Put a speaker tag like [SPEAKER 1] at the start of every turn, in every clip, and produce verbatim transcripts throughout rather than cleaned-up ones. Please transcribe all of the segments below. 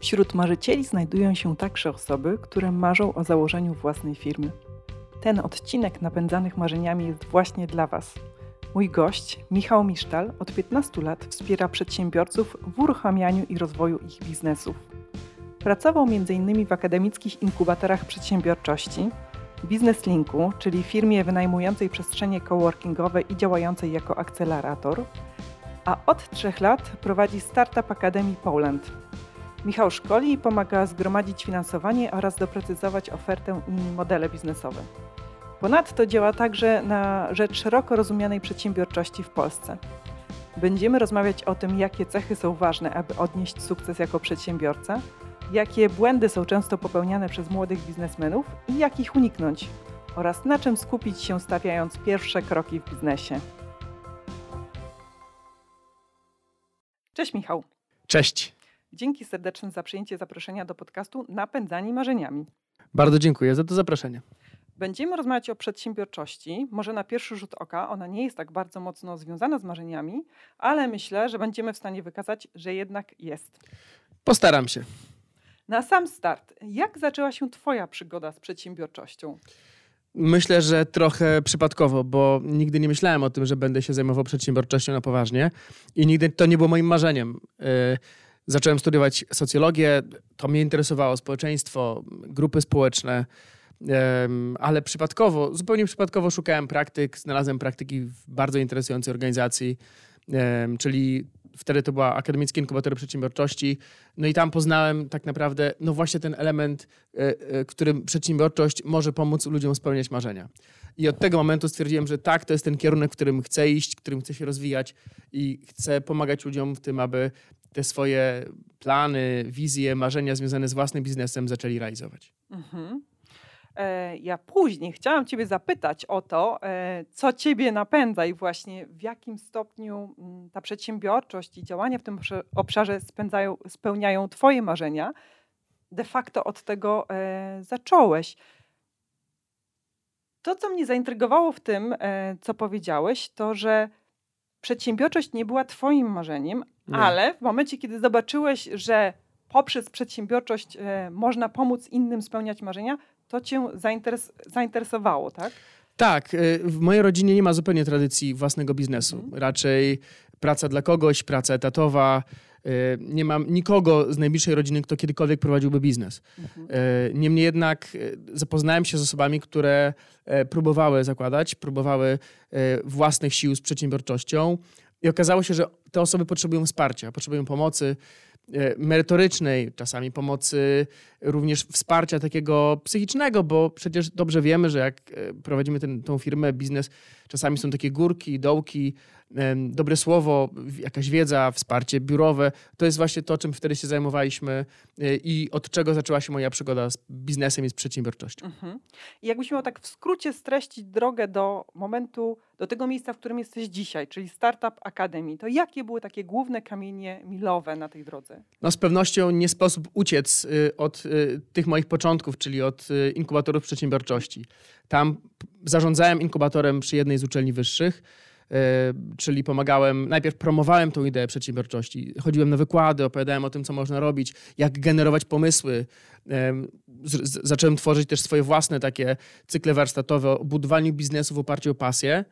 [SPEAKER 1] Wśród marzycieli znajdują się także osoby, które marzą o założeniu własnej firmy. Ten odcinek Napędzanych Marzeniami jest właśnie dla Was. Mój gość, Michał Misztal, od piętnastu lat wspiera przedsiębiorców w uruchamianiu i rozwoju ich biznesów. Pracował między innymi w akademickich inkubatorach przedsiębiorczości, Business Linku, czyli firmie wynajmującej przestrzenie coworkingowe i działającej jako akcelerator, a od trzech lat prowadzi Startup Academy Poland. Michał szkoli i pomaga zgromadzić finansowanie oraz doprecyzować ofertę i modele biznesowe. Ponadto działa także na rzecz szeroko rozumianej przedsiębiorczości w Polsce. Będziemy rozmawiać o tym, jakie cechy są ważne, aby odnieść sukces jako przedsiębiorca, jakie błędy są często popełniane przez młodych biznesmenów i jak ich uniknąć, oraz na czym skupić się, stawiając pierwsze kroki w biznesie. Cześć Michał.
[SPEAKER 2] Cześć.
[SPEAKER 1] Dzięki serdeczne za przyjęcie zaproszenia do podcastu Napędzani Marzeniami.
[SPEAKER 2] Bardzo dziękuję za to zaproszenie.
[SPEAKER 1] Będziemy rozmawiać o przedsiębiorczości. Może na pierwszy rzut oka ona nie jest tak bardzo mocno związana z marzeniami, ale myślę, że będziemy w stanie wykazać, że jednak jest.
[SPEAKER 2] Postaram się.
[SPEAKER 1] Na sam start, jak zaczęła się Twoja przygoda z przedsiębiorczością?
[SPEAKER 2] Myślę, że trochę przypadkowo, bo nigdy nie myślałem o tym, że będę się zajmował przedsiębiorczością na poważnie i nigdy to nie było moim marzeniem. Yy, zacząłem studiować socjologię, to mnie interesowało, społeczeństwo, grupy społeczne, yy, ale przypadkowo, zupełnie przypadkowo szukałem praktyk, znalazłem praktyki w bardzo interesującej organizacji, yy, czyli wtedy to była Akademickie Inkubatory Przedsiębiorczości. No i tam poznałem tak naprawdę no właśnie ten element, w którym przedsiębiorczość może pomóc ludziom spełniać marzenia. I od tego momentu stwierdziłem, że tak, to jest ten kierunek, w którym chcę iść, w którym chcę się rozwijać i chcę pomagać ludziom w tym, aby te swoje plany, wizje, marzenia związane z własnym biznesem zaczęli realizować.
[SPEAKER 1] Mhm. Ja później chciałam Ciebie zapytać o to, co Ciebie napędza i właśnie w jakim stopniu ta przedsiębiorczość i działania w tym obszarze spędzają, spełniają Twoje marzenia. De facto od tego zacząłeś. To, co mnie zaintrygowało w tym, co powiedziałeś, to, że przedsiębiorczość nie była Twoim marzeniem, nie. Ale w momencie, kiedy zobaczyłeś, że poprzez przedsiębiorczość można pomóc innym spełniać marzenia, to Cię zainteres- zainteresowało, tak?
[SPEAKER 2] Tak. W mojej rodzinie nie ma zupełnie tradycji własnego biznesu. Mhm. Raczej praca dla kogoś, praca etatowa. Nie mam nikogo z najbliższej rodziny, kto kiedykolwiek prowadziłby biznes. Mhm. Niemniej jednak zapoznałem się z osobami, które próbowały zakładać, próbowały własnych sił z przedsiębiorczością i okazało się, że te osoby potrzebują wsparcia, potrzebują pomocy merytorycznej, czasami pomocy, również wsparcia takiego psychicznego, bo przecież dobrze wiemy, że jak prowadzimy ten, tą firmę, biznes, czasami są takie górki, dołki, dobre słowo, jakaś wiedza, wsparcie biurowe. To jest właśnie to, czym wtedy się zajmowaliśmy i od czego zaczęła się moja przygoda z biznesem i z przedsiębiorczością.
[SPEAKER 1] Mhm. I jakbyś miał tak w skrócie streścić drogę do momentu, do tego miejsca, w którym jesteś dzisiaj, czyli Startup Academy, to jakie były takie główne kamienie milowe na tej drodze?
[SPEAKER 2] No z pewnością nie sposób uciec od tych moich początków, czyli od inkubatorów przedsiębiorczości. Tam zarządzałem inkubatorem przy jednej z uczelni wyższych, czyli pomagałem, najpierw promowałem tą ideę przedsiębiorczości. Chodziłem na wykłady, opowiadałem o tym, co można robić, jak generować pomysły. Z- z- zacząłem tworzyć też swoje własne takie cykle warsztatowe o budowaniu biznesu w oparciu o pasję.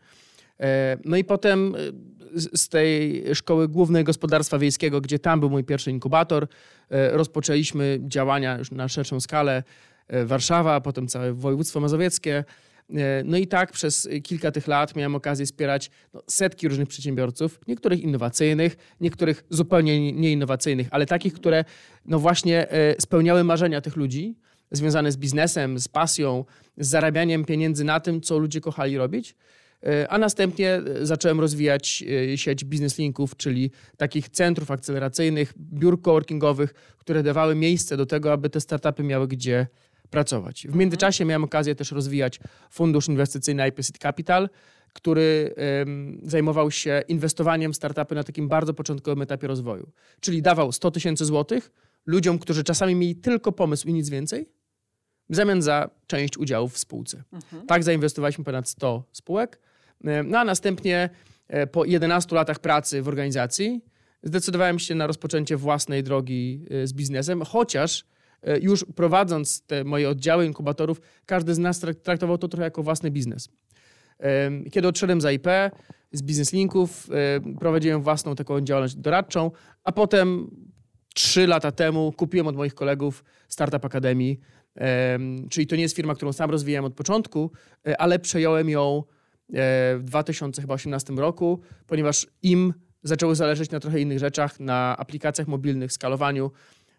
[SPEAKER 2] No i potem z tej szkoły głównej gospodarstwa wiejskiego, gdzie tam był mój pierwszy inkubator, rozpoczęliśmy działania już na szerszą skalę. Warszawa, potem całe województwo mazowieckie. No i tak przez kilka tych lat miałem okazję wspierać no, setki różnych przedsiębiorców, niektórych innowacyjnych, niektórych zupełnie nieinnowacyjnych, ale takich, które no właśnie spełniały marzenia tych ludzi związane z biznesem, z pasją, z zarabianiem pieniędzy na tym, co ludzie kochali robić. A następnie zacząłem rozwijać sieć Business Linków, czyli takich centrów akceleracyjnych, biur coworkingowych, które dawały miejsce do tego, aby te startupy miały gdzie pracować. W międzyczasie miałem okazję też rozwijać fundusz inwestycyjny I P Seed Capital, który um, zajmował się inwestowaniem w startupy na takim bardzo początkowym etapie rozwoju. Czyli dawał sto tysięcy złotych ludziom, którzy czasami mieli tylko pomysł i nic więcej, w zamian za część udziałów w spółce. Mhm. Tak zainwestowaliśmy ponad sto spółek. No a następnie po jedenastu latach pracy w organizacji zdecydowałem się na rozpoczęcie własnej drogi z biznesem, chociaż już prowadząc te moje oddziały inkubatorów, każdy z nas traktował to trochę jako własny biznes. Kiedy odszedłem z A I P, z Business Linków, prowadziłem własną taką działalność doradczą, a potem trzy lata temu kupiłem od moich kolegów Startup Academy, czyli to nie jest firma, którą sam rozwijałem od początku, ale przejąłem ją w dwa tysiące osiemnastym roku, ponieważ im zaczęło zależeć na trochę innych rzeczach, na aplikacjach mobilnych, skalowaniu.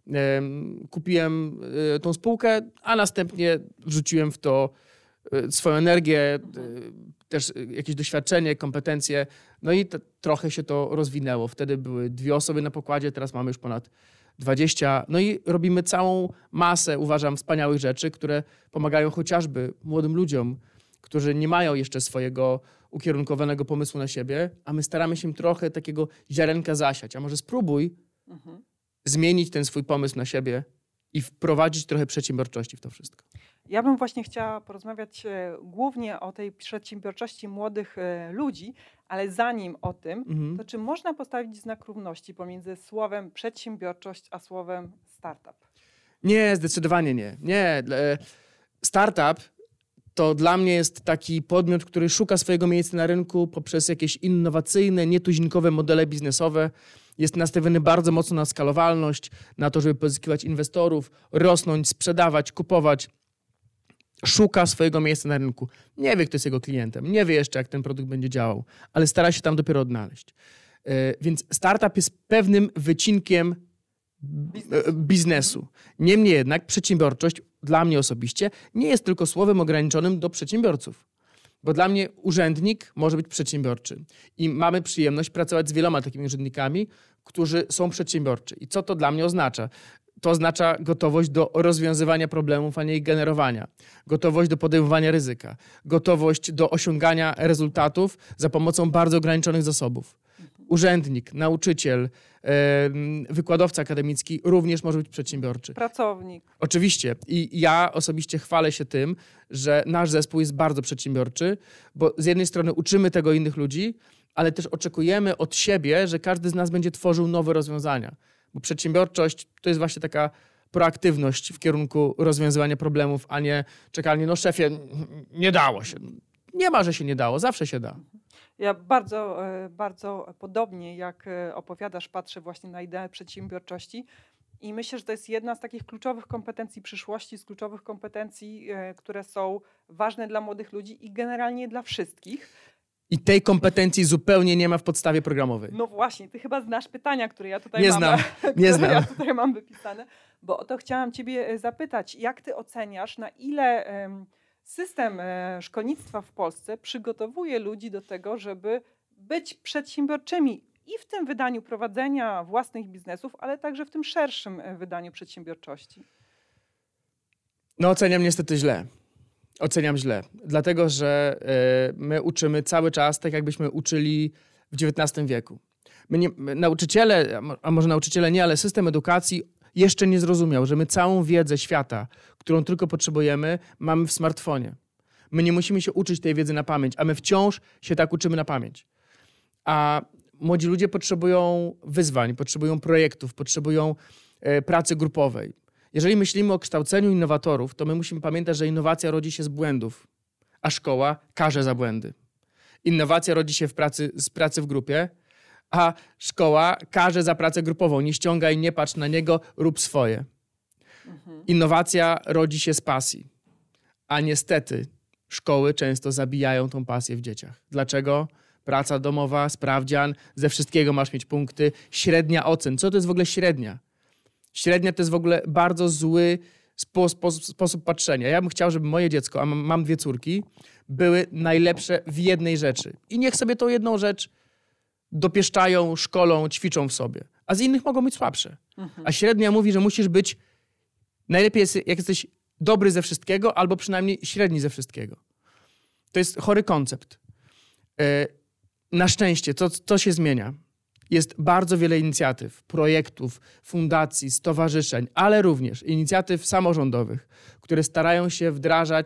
[SPEAKER 2] Kupiłem tą spółkę, a następnie wrzuciłem w to swoją energię, też jakieś doświadczenie, kompetencje. No i te, trochę się to rozwinęło. Wtedy były dwie osoby na pokładzie, teraz mamy już ponad dwadzieścia. No i robimy całą masę, uważam, wspaniałych rzeczy, które pomagają chociażby młodym ludziom, którzy nie mają jeszcze swojego ukierunkowanego pomysłu na siebie, a my staramy się im trochę takiego ziarenka zasiać. A może spróbuj mhm. zmienić ten swój pomysł na siebie i wprowadzić trochę przedsiębiorczości w to wszystko.
[SPEAKER 1] Ja bym właśnie chciała porozmawiać e, głównie o tej przedsiębiorczości młodych e, ludzi, ale zanim o tym, mhm. to czy można postawić znak równości pomiędzy słowem przedsiębiorczość a słowem startup?
[SPEAKER 2] Nie, zdecydowanie nie. Nie. Startup to dla mnie jest taki podmiot, który szuka swojego miejsca na rynku poprzez jakieś innowacyjne, nietuzinkowe modele biznesowe. Jest nastawiony bardzo mocno na skalowalność, na to, żeby pozyskiwać inwestorów, rosnąć, sprzedawać, kupować. Szuka swojego miejsca na rynku. Nie wie, kto jest jego klientem, nie wie jeszcze, jak ten produkt będzie działał, ale stara się tam dopiero odnaleźć. Yy, więc startup jest pewnym wycinkiem biznesu. biznesu. Niemniej jednak przedsiębiorczość dla mnie osobiście nie jest tylko słowem ograniczonym do przedsiębiorców. Bo dla mnie urzędnik może być przedsiębiorczy. I mamy przyjemność pracować z wieloma takimi urzędnikami, którzy są przedsiębiorczy. I co to dla mnie oznacza? To oznacza gotowość do rozwiązywania problemów, a nie ich generowania. Gotowość do podejmowania ryzyka. Gotowość do osiągania rezultatów za pomocą bardzo ograniczonych zasobów. Urzędnik, nauczyciel, wykładowca akademicki również może być przedsiębiorczy.
[SPEAKER 1] Pracownik.
[SPEAKER 2] Oczywiście. I ja osobiście chwalę się tym, że nasz zespół jest bardzo przedsiębiorczy, bo z jednej strony uczymy tego innych ludzi, ale też oczekujemy od siebie, że każdy z nas będzie tworzył nowe rozwiązania. Bo przedsiębiorczość to jest właśnie taka proaktywność w kierunku rozwiązywania problemów, a nie czekanie, no szefie, nie dało się. Nie ma, że się nie dało, zawsze się da.
[SPEAKER 1] Ja bardzo, bardzo podobnie jak opowiadasz, patrzę właśnie na ideę przedsiębiorczości i myślę, że to jest jedna z takich kluczowych kompetencji przyszłości, z kluczowych kompetencji, które są ważne dla młodych ludzi i generalnie dla wszystkich.
[SPEAKER 2] I tej kompetencji zupełnie nie ma w podstawie programowej.
[SPEAKER 1] No właśnie, ty chyba znasz pytania, które ja tutaj
[SPEAKER 2] nie
[SPEAKER 1] mam.
[SPEAKER 2] Znam, nie znam.
[SPEAKER 1] Ja tutaj mam wypisane, bo o to chciałam ciebie zapytać, jak ty oceniasz, na ile um, system e, szkolnictwa w Polsce przygotowuje ludzi do tego, żeby być przedsiębiorczymi i w tym wydaniu prowadzenia własnych biznesów, ale także w tym szerszym wydaniu przedsiębiorczości?
[SPEAKER 2] No oceniam niestety źle. Oceniam źle, dlatego że y, my uczymy cały czas tak, jakbyśmy uczyli w dziewiętnastym wieku. My nie, my, nauczyciele, a może nauczyciele nie, ale system edukacji jeszcze nie zrozumiał, że my całą wiedzę świata, którą tylko potrzebujemy, mamy w smartfonie. My nie musimy się uczyć tej wiedzy na pamięć, a my wciąż się tak uczymy na pamięć. A młodzi ludzie potrzebują wyzwań, potrzebują projektów, potrzebują y, pracy grupowej. Jeżeli myślimy o kształceniu innowatorów, to my musimy pamiętać, że innowacja rodzi się z błędów, a szkoła karze za błędy. Innowacja rodzi się w pracy, z pracy w grupie, a szkoła karze za pracę grupową. Nie ściągaj, nie patrz na niego, rób swoje. Mhm. Innowacja rodzi się z pasji, a niestety szkoły często zabijają tą pasję w dzieciach. Dlaczego? Praca domowa, sprawdzian, ze wszystkiego masz mieć punkty, średnia ocen. Co to jest w ogóle średnia? Średnia to jest w ogóle bardzo zły spo, spo, sposób patrzenia. Ja bym chciał, żeby moje dziecko, a mam, mam dwie córki, były najlepsze w jednej rzeczy. I niech sobie tą jedną rzecz dopieszczają, szkolą, ćwiczą w sobie. A z innych mogą być słabsze. Mhm. A średnia mówi, że musisz być, najlepiej jest, jak jesteś dobry ze wszystkiego, albo przynajmniej średni ze wszystkiego. To jest chory koncept. Yy, na szczęście, co, co się zmienia? Jest bardzo wiele inicjatyw, projektów, fundacji, stowarzyszeń, ale również inicjatyw samorządowych, które starają się wdrażać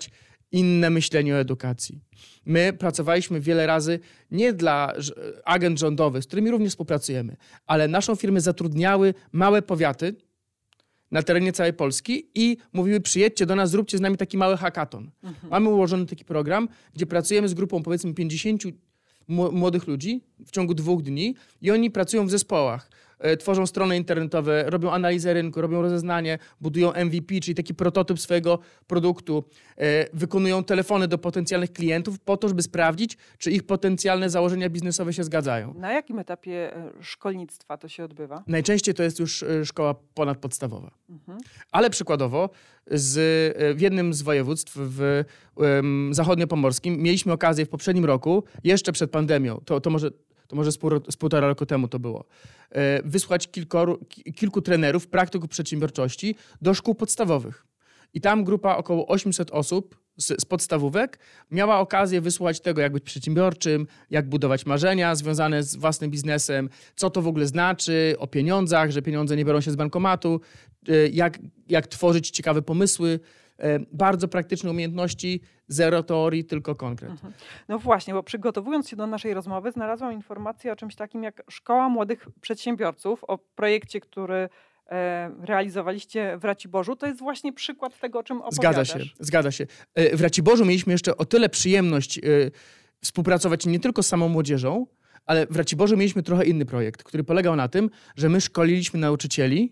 [SPEAKER 2] inne myślenie o edukacji. My pracowaliśmy wiele razy nie dla agent rządowych, z którymi również współpracujemy, ale naszą firmę zatrudniały małe powiaty na terenie całej Polski i mówiły: przyjedźcie do nas, zróbcie z nami taki mały hackathon. Mhm. Mamy ułożony taki program, gdzie pracujemy z grupą powiedzmy pięćdziesięciu młodych ludzi w ciągu dwóch dni i oni pracują w zespołach. Tworzą strony internetowe, robią analizę rynku, robią rozeznanie, budują M V P, czyli taki prototyp swojego produktu, wykonują telefony do potencjalnych klientów po to, żeby sprawdzić, czy ich potencjalne założenia biznesowe się zgadzają.
[SPEAKER 1] Na jakim etapie szkolnictwa to się odbywa?
[SPEAKER 2] Najczęściej to jest już szkoła ponadpodstawowa. Mhm. Ale przykładowo z, w jednym z województw w um, zachodniopomorskim mieliśmy okazję w poprzednim roku, jeszcze przed pandemią, to, to może... to może z, pół, z półtora roku temu to było, wysłać kilkoru, kilku trenerów, praktyków przedsiębiorczości do szkół podstawowych. I tam grupa około osiemset osób z, z podstawówek miała okazję wysłuchać tego, jak być przedsiębiorczym, jak budować marzenia związane z własnym biznesem, co to w ogóle znaczy, o pieniądzach, że pieniądze nie biorą się z bankomatu, jak, jak tworzyć ciekawe pomysły. Bardzo praktyczne umiejętności, zero teorii, tylko konkret. Mhm.
[SPEAKER 1] No właśnie, bo przygotowując się do naszej rozmowy, znalazłam informację o czymś takim jak Szkoła Młodych Przedsiębiorców, o projekcie, który e, realizowaliście w Raciborzu. To jest właśnie przykład tego, o czym opowiadasz.
[SPEAKER 2] Zgadza się, zgadza się. W Raciborzu mieliśmy jeszcze o tyle przyjemność e, współpracować nie tylko z samą młodzieżą, ale w Raciborzu mieliśmy trochę inny projekt, który polegał na tym, że my szkoliliśmy nauczycieli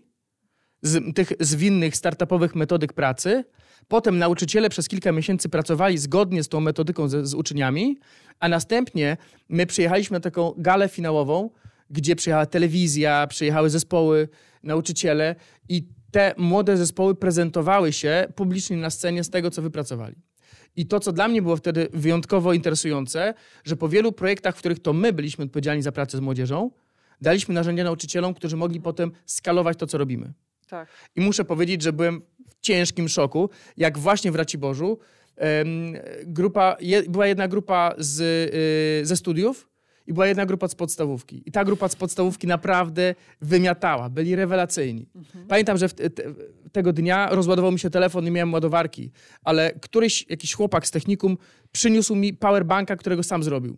[SPEAKER 2] z tych zwinnych, startupowych metodyk pracy. Potem nauczyciele przez kilka miesięcy pracowali zgodnie z tą metodyką z, z uczniami, a następnie my przyjechaliśmy na taką galę finałową, gdzie przyjechała telewizja, przyjechały zespoły, nauczyciele i te młode zespoły prezentowały się publicznie na scenie z tego, co wypracowali. I to, co dla mnie było wtedy wyjątkowo interesujące, że po wielu projektach, w których to my byliśmy odpowiedzialni za pracę z młodzieżą, daliśmy narzędzia nauczycielom, którzy mogli potem skalować to, co robimy. Tak. I muszę powiedzieć, że byłem w ciężkim szoku, jak właśnie w Raciborzu um, grupa, je, była jedna grupa z, y, ze studiów i była jedna grupa z podstawówki. I ta grupa z podstawówki naprawdę wymiatała, byli rewelacyjni. Mhm. Pamiętam, że w, te, tego dnia rozładował mi się telefon, nie miałem ładowarki, ale któryś jakiś chłopak z technikum przyniósł mi powerbanka, którego sam zrobił.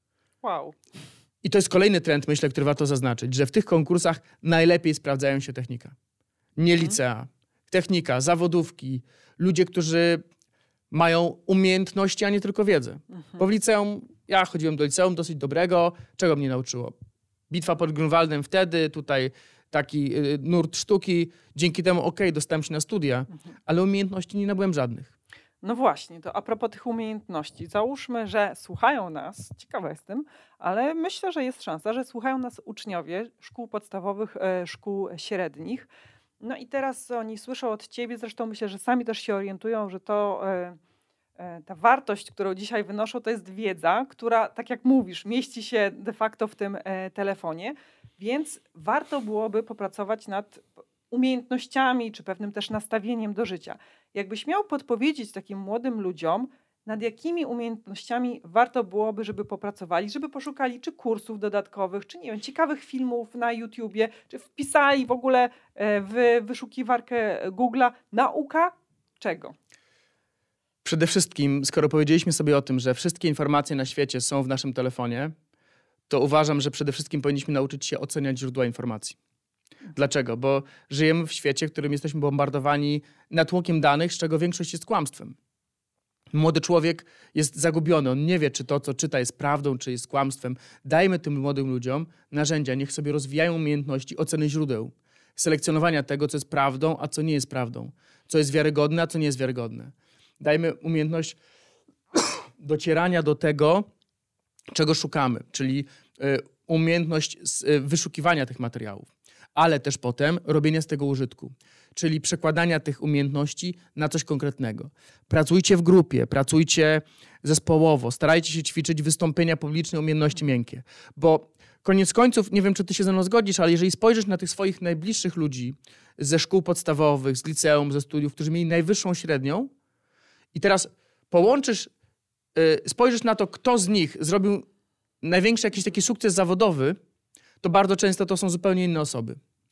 [SPEAKER 1] Wow.
[SPEAKER 2] I to jest kolejny trend, myślę, który warto zaznaczyć, że w tych konkursach najlepiej sprawdzają się technika. Nie licea, technika, zawodówki, ludzie, którzy mają umiejętności, a nie tylko wiedzę. Mhm. Bo w liceum, ja chodziłem do liceum dosyć dobrego, czego mnie nauczyło? Bitwa pod Grunwaldem wtedy, tutaj taki y, nurt sztuki, dzięki temu okej, okay, dostałem się na studia, mhm. ale umiejętności nie nabyłem żadnych.
[SPEAKER 1] No właśnie, to a propos tych umiejętności, załóżmy, że słuchają nas, ciekawa jestem, ale myślę, że jest szansa, że słuchają nas uczniowie szkół podstawowych, e, szkół średnich. No i teraz oni słyszą od ciebie, zresztą myślę, że sami też się orientują, że to e, e, ta wartość, którą dzisiaj wynoszą, to jest wiedza, która, tak jak mówisz, mieści się de facto w tym e, telefonie, więc warto byłoby popracować nad umiejętnościami, czy pewnym też nastawieniem do życia. Jakbyś miał podpowiedzieć takim młodym ludziom, nad jakimi umiejętnościami warto byłoby, żeby popracowali, żeby poszukali czy kursów dodatkowych, czy nie wiem, ciekawych filmów na YouTubie, czy wpisali w ogóle w wyszukiwarkę Google'a nauka czego?
[SPEAKER 2] Przede wszystkim, skoro powiedzieliśmy sobie o tym, że wszystkie informacje na świecie są w naszym telefonie, to uważam, że przede wszystkim powinniśmy nauczyć się oceniać źródła informacji. Dlaczego? Bo żyjemy w świecie, w którym jesteśmy bombardowani natłokiem danych, z czego większość jest kłamstwem. Młody człowiek jest zagubiony, on nie wie, czy to, co czyta, jest prawdą, czy jest kłamstwem. Dajmy tym młodym ludziom narzędzia, niech sobie rozwijają umiejętności oceny źródeł, selekcjonowania tego, co jest prawdą, a co nie jest prawdą, co jest wiarygodne, a co nie jest wiarygodne. Dajmy umiejętność docierania do tego, czego szukamy, czyli umiejętność wyszukiwania tych materiałów, ale też potem robienia z tego użytku, czyli przekładania tych umiejętności na coś konkretnego. Pracujcie w grupie, pracujcie zespołowo, starajcie się ćwiczyć wystąpienia publiczne, umiejętności miękkie, bo koniec końców, nie wiem, czy ty się ze mną zgodzisz, ale jeżeli spojrzysz na tych swoich najbliższych ludzi ze szkół podstawowych, z liceum, ze studiów, którzy mieli najwyższą średnią i teraz połączysz, yy, spojrzysz na to, kto z nich zrobił największy jakiś taki sukces zawodowy, to bardzo często to są zupełnie inne osoby.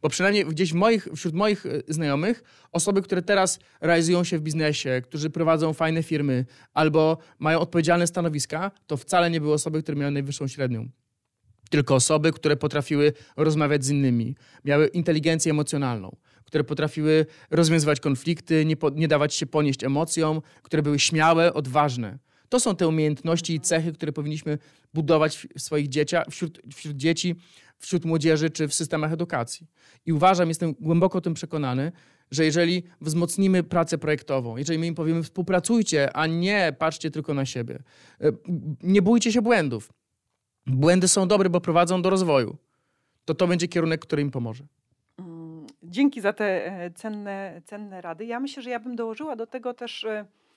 [SPEAKER 2] Bo przynajmniej gdzieś w moich, wśród moich znajomych osoby, które teraz realizują się w biznesie, którzy prowadzą fajne firmy albo mają odpowiedzialne stanowiska, to wcale nie były osoby, które miały najwyższą średnią. Tylko osoby, które potrafiły rozmawiać z innymi, miały inteligencję emocjonalną, które potrafiły rozwiązywać konflikty, nie, po, nie dawać się ponieść emocjom, które były śmiałe, odważne. To są te umiejętności i cechy, które powinniśmy budować w swoich dzieciach, wśród, wśród dzieci, wśród młodzieży czy w systemach edukacji. I uważam, jestem głęboko o tym przekonany, że jeżeli wzmocnimy pracę projektową, jeżeli my im powiemy współpracujcie, a nie patrzcie tylko na siebie, nie bójcie się błędów. Błędy są dobre, bo prowadzą do rozwoju. To to będzie kierunek, który im pomoże.
[SPEAKER 1] Dzięki za te cenne, cenne rady. Ja myślę, że ja bym dołożyła do tego też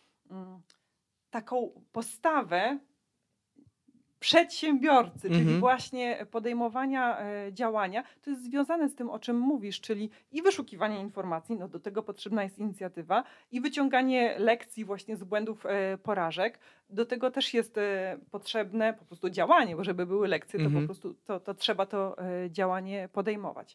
[SPEAKER 1] taką postawę przedsiębiorcy, czyli
[SPEAKER 2] Mhm.
[SPEAKER 1] właśnie podejmowania e, działania. To jest związane z tym, o czym mówisz, czyli i wyszukiwanie informacji, no do tego potrzebna jest inicjatywa, i wyciąganie lekcji właśnie z błędów, e, porażek. Do tego też jest e, potrzebne po prostu działanie, bo żeby były lekcje, to
[SPEAKER 2] Mhm.
[SPEAKER 1] po prostu to, to trzeba to e, działanie podejmować.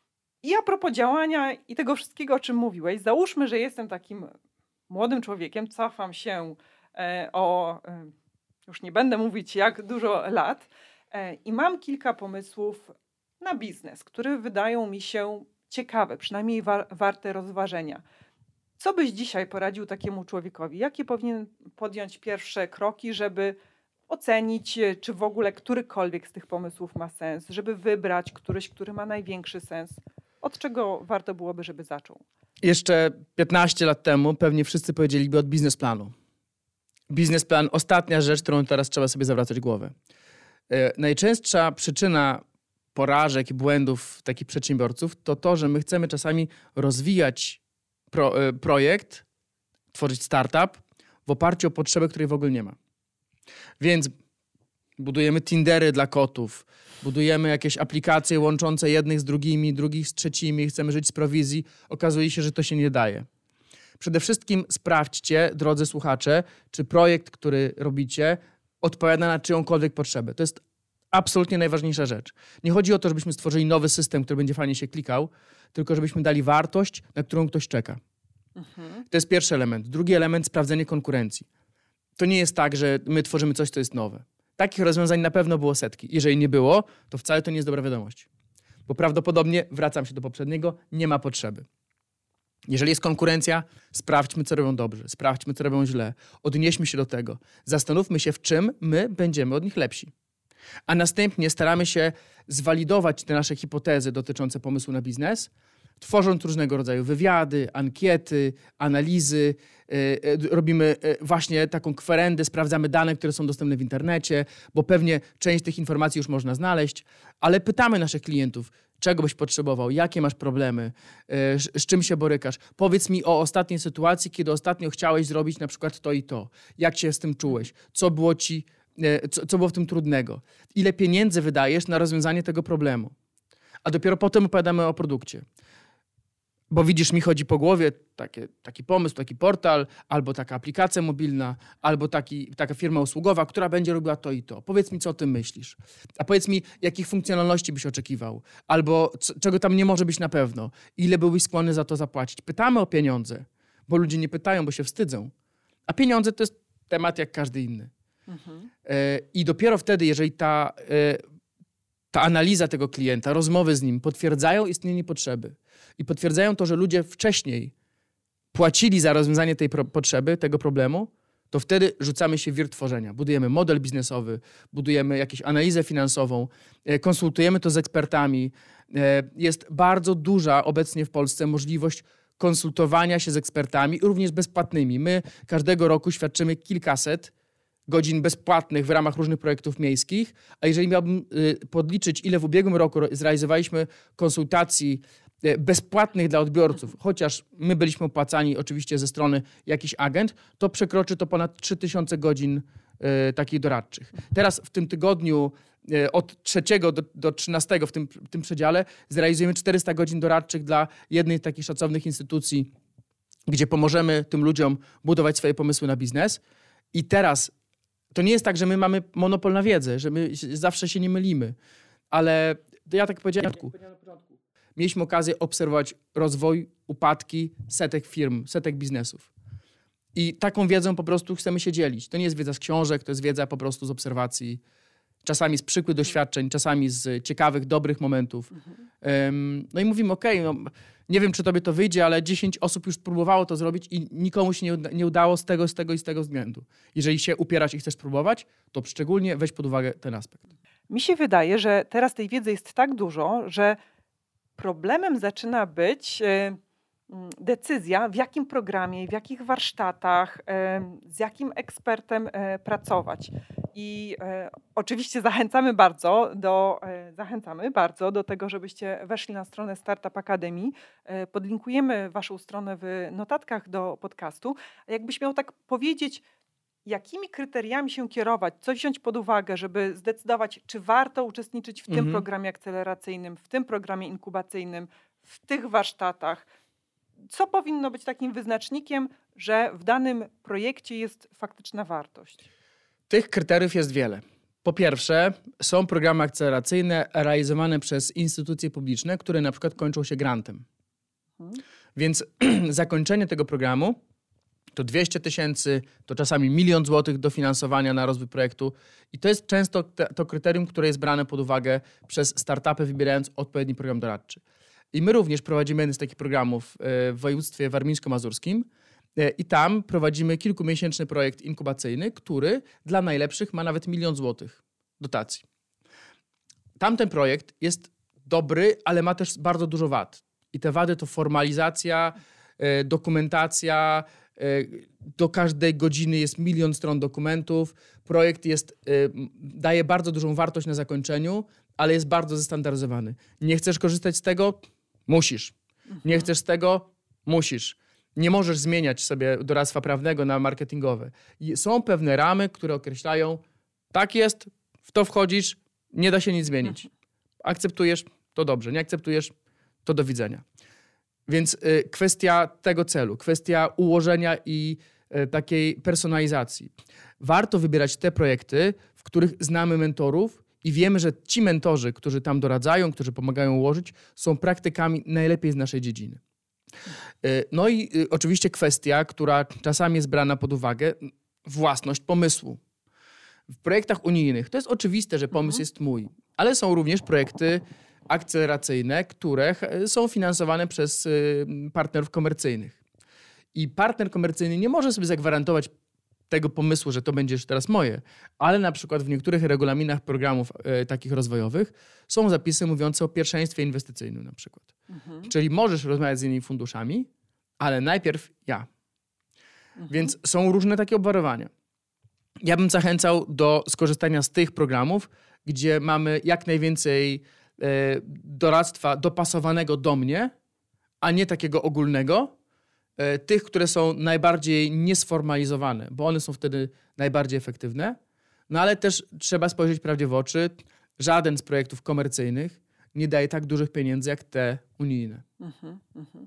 [SPEAKER 1] I a propos działania i tego wszystkiego, o czym mówiłeś, załóżmy, że jestem takim młodym człowiekiem, cofam się e, o... E, już nie będę mówić jak dużo lat, e, i mam kilka pomysłów na biznes, które wydają mi się ciekawe, przynajmniej wa- warte rozważenia. Co byś dzisiaj poradził takiemu człowiekowi? Jakie powinien podjąć pierwsze kroki, żeby ocenić, czy w ogóle którykolwiek z tych pomysłów ma sens, żeby wybrać któryś, który ma największy sens? Od czego warto byłoby, żeby zaczął?
[SPEAKER 2] Jeszcze piętnaście lat temu pewnie wszyscy powiedzieliby od biznesplanu. Biznesplan, ostatnia rzecz, którą teraz trzeba sobie zawracać głowę. Yy, najczęstsza przyczyna porażek i błędów takich przedsiębiorców to to, że my chcemy czasami rozwijać pro, yy, projekt, tworzyć startup w oparciu o potrzebę, której w ogóle nie ma. Więc budujemy Tindery dla kotów, budujemy jakieś aplikacje łączące jednych z drugimi, drugich z trzecimi, chcemy żyć z prowizji. Okazuje się, że to się nie daje. Przede wszystkim sprawdźcie, drodzy słuchacze, czy projekt, który robicie, odpowiada na czyjąkolwiek potrzebę. To jest absolutnie najważniejsza rzecz. Nie chodzi o to, żebyśmy stworzyli nowy system, który będzie fajnie się klikał, tylko żebyśmy dali wartość, na którą ktoś czeka. Mhm. To jest pierwszy element. Drugi element, sprawdzenie konkurencji. To nie jest tak, że my tworzymy coś, co jest nowe. Takich rozwiązań na pewno było setki. Jeżeli nie było, to wcale to nie jest dobra wiadomość. Bo prawdopodobnie, wracam się do poprzedniego, nie ma potrzeby. Jeżeli jest konkurencja, sprawdźmy, co robią dobrze, sprawdźmy, co robią źle, odnieśmy się do tego, zastanówmy się, w czym my będziemy od nich lepsi. A następnie staramy się zwalidować te nasze hipotezy dotyczące pomysłu na biznes, tworząc różnego rodzaju wywiady, ankiety, analizy, yy, robimy yy, właśnie taką kwerendę, sprawdzamy dane, które są dostępne w internecie, bo pewnie część tych informacji już można znaleźć, ale pytamy naszych klientów, czego byś potrzebował, jakie masz problemy, yy, z, z czym się borykasz. Powiedz mi o ostatniej sytuacji, kiedy ostatnio chciałeś zrobić na przykład to i to. Jak się z tym czułeś? Co było ci, yy, co, co było w tym trudnego? Ile pieniędzy wydajesz na rozwiązanie tego problemu? A dopiero potem opowiadamy o produkcie. Bo widzisz, mi chodzi po głowie takie, taki pomysł, taki portal, albo taka aplikacja mobilna, albo taki, taka firma usługowa, która będzie robiła to i to. Powiedz mi, co o tym myślisz. A powiedz mi, jakich funkcjonalności byś oczekiwał, albo c- czego tam nie może być na pewno. Ile byłbyś skłonny za to zapłacić. Pytamy o pieniądze, bo ludzie nie pytają, bo się wstydzą. A pieniądze to jest temat jak każdy inny. Mhm. E, I dopiero wtedy, jeżeli ta, e, ta analiza tego klienta, rozmowy z nim potwierdzają istnienie potrzeby, i potwierdzają to, że ludzie wcześniej płacili za rozwiązanie tej pro- potrzeby, tego problemu, to wtedy rzucamy się w wir tworzenia. Budujemy model biznesowy, budujemy jakąś analizę finansową, e, konsultujemy to z ekspertami. E, jest bardzo duża obecnie w Polsce możliwość konsultowania się z ekspertami, również bezpłatnymi. My każdego roku świadczymy kilkaset godzin bezpłatnych w ramach różnych projektów miejskich, a jeżeli miałbym y, podliczyć, ile w ubiegłym roku zrealizowaliśmy konsultacji bezpłatnych dla odbiorców, chociaż my byliśmy opłacani oczywiście ze strony jakiś agent, to przekroczy to ponad trzy tysiące godzin y, takich doradczych. Teraz w tym tygodniu y, od trzeciego do, do trzynastego w tym, w tym przedziale zrealizujemy czterysta godzin doradczych dla jednej z takich szacownych instytucji, gdzie pomożemy tym ludziom budować swoje pomysły na biznes. I teraz to nie jest tak, że my mamy monopol na wiedzę, że my zawsze się nie mylimy, ale to ja tak powiedziałem na początku. mieliśmy okazję obserwować rozwój, upadki setek firm, setek biznesów. I taką wiedzą po prostu chcemy się dzielić. To nie jest wiedza z książek, to jest wiedza po prostu z obserwacji. Czasami z przykłych doświadczeń, czasami z ciekawych, dobrych momentów. Mhm. Um, no i mówimy, okej, okay, no, nie wiem, czy tobie to wyjdzie, ale dziesięć osób już próbowało to zrobić i nikomu się nie, uda- nie udało z tego, z tego i z tego względu. Jeżeli się upierasz i chcesz spróbować, to szczególnie weź pod uwagę ten aspekt.
[SPEAKER 1] Mi się wydaje, że teraz tej wiedzy jest tak dużo, że problemem zaczyna być e, decyzja, w jakim programie, w jakich warsztatach, e, z jakim ekspertem e, pracować. I e, oczywiście zachęcamy bardzo, do, e, zachęcamy bardzo do tego, żebyście weszli na stronę Startup Academy. E, podlinkujemy waszą stronę w notatkach do podcastu. A jakbyś miał tak powiedzieć, jakimi kryteriami się kierować, co wziąć pod uwagę, żeby zdecydować, czy warto uczestniczyć w tym
[SPEAKER 2] Mhm.
[SPEAKER 1] programie akceleracyjnym, w tym programie inkubacyjnym, w tych warsztatach. Co powinno być takim wyznacznikiem, że w danym projekcie jest faktyczna wartość?
[SPEAKER 2] Tych kryteriów jest wiele. Po pierwsze, są programy akceleracyjne realizowane przez instytucje publiczne, które na przykład kończą się grantem. Hmm. Więc zakończenie tego programu to dwieście tysięcy, to czasami milion złotych dofinansowania na rozwój projektu. I to jest często te, to kryterium, które jest brane pod uwagę przez startupy, wybierając odpowiedni program doradczy. I my również prowadzimy jeden z takich programów w województwie warmińsko-mazurskim i tam prowadzimy kilkumiesięczny projekt inkubacyjny, który dla najlepszych ma nawet milion złotych dotacji. Tamten projekt jest dobry, ale ma też bardzo dużo wad. I te wady to formalizacja, dokumentacja, do każdej godziny jest milion stron dokumentów. Projekt jest, daje bardzo dużą wartość na zakończeniu, ale jest bardzo zestandaryzowany. Nie chcesz korzystać z tego? Musisz. Nie chcesz z tego? Musisz. Nie możesz zmieniać sobie doradztwa prawnego na marketingowe. I są pewne ramy, które określają, tak jest, w to wchodzisz, nie da się nic zmienić. Akceptujesz, to dobrze. Nie akceptujesz, to do widzenia. Więc y, kwestia tego celu, kwestia ułożenia i y, takiej personalizacji. Warto wybierać te projekty, w których znamy mentorów i wiemy, że ci mentorzy, którzy tam doradzają, którzy pomagają ułożyć, są praktykami najlepiej z naszej dziedziny. Y, no i y, oczywiście kwestia, która czasami jest brana pod uwagę, własność pomysłu. W projektach unijnych to jest oczywiste, że pomysł mhm. jest mój, ale są również projekty akceleracyjne, które są finansowane przez partnerów komercyjnych. I partner komercyjny nie może sobie zagwarantować tego pomysłu, że to będzie już teraz moje, ale na przykład w niektórych regulaminach programów e, takich rozwojowych są zapisy mówiące o pierwszeństwie inwestycyjnym na przykład. Mhm. Czyli możesz rozmawiać z innymi funduszami, ale najpierw ja. Mhm. Więc są różne takie obwarowania. Ja bym zachęcał do skorzystania z tych programów, gdzie mamy jak najwięcej doradztwa dopasowanego do mnie, a nie takiego ogólnego, tych, które są najbardziej niesformalizowane, bo one są wtedy najbardziej efektywne. No ale też trzeba spojrzeć prawdzie w oczy. Żaden z projektów komercyjnych nie daje tak dużych pieniędzy jak te unijne. Mhm, mhm.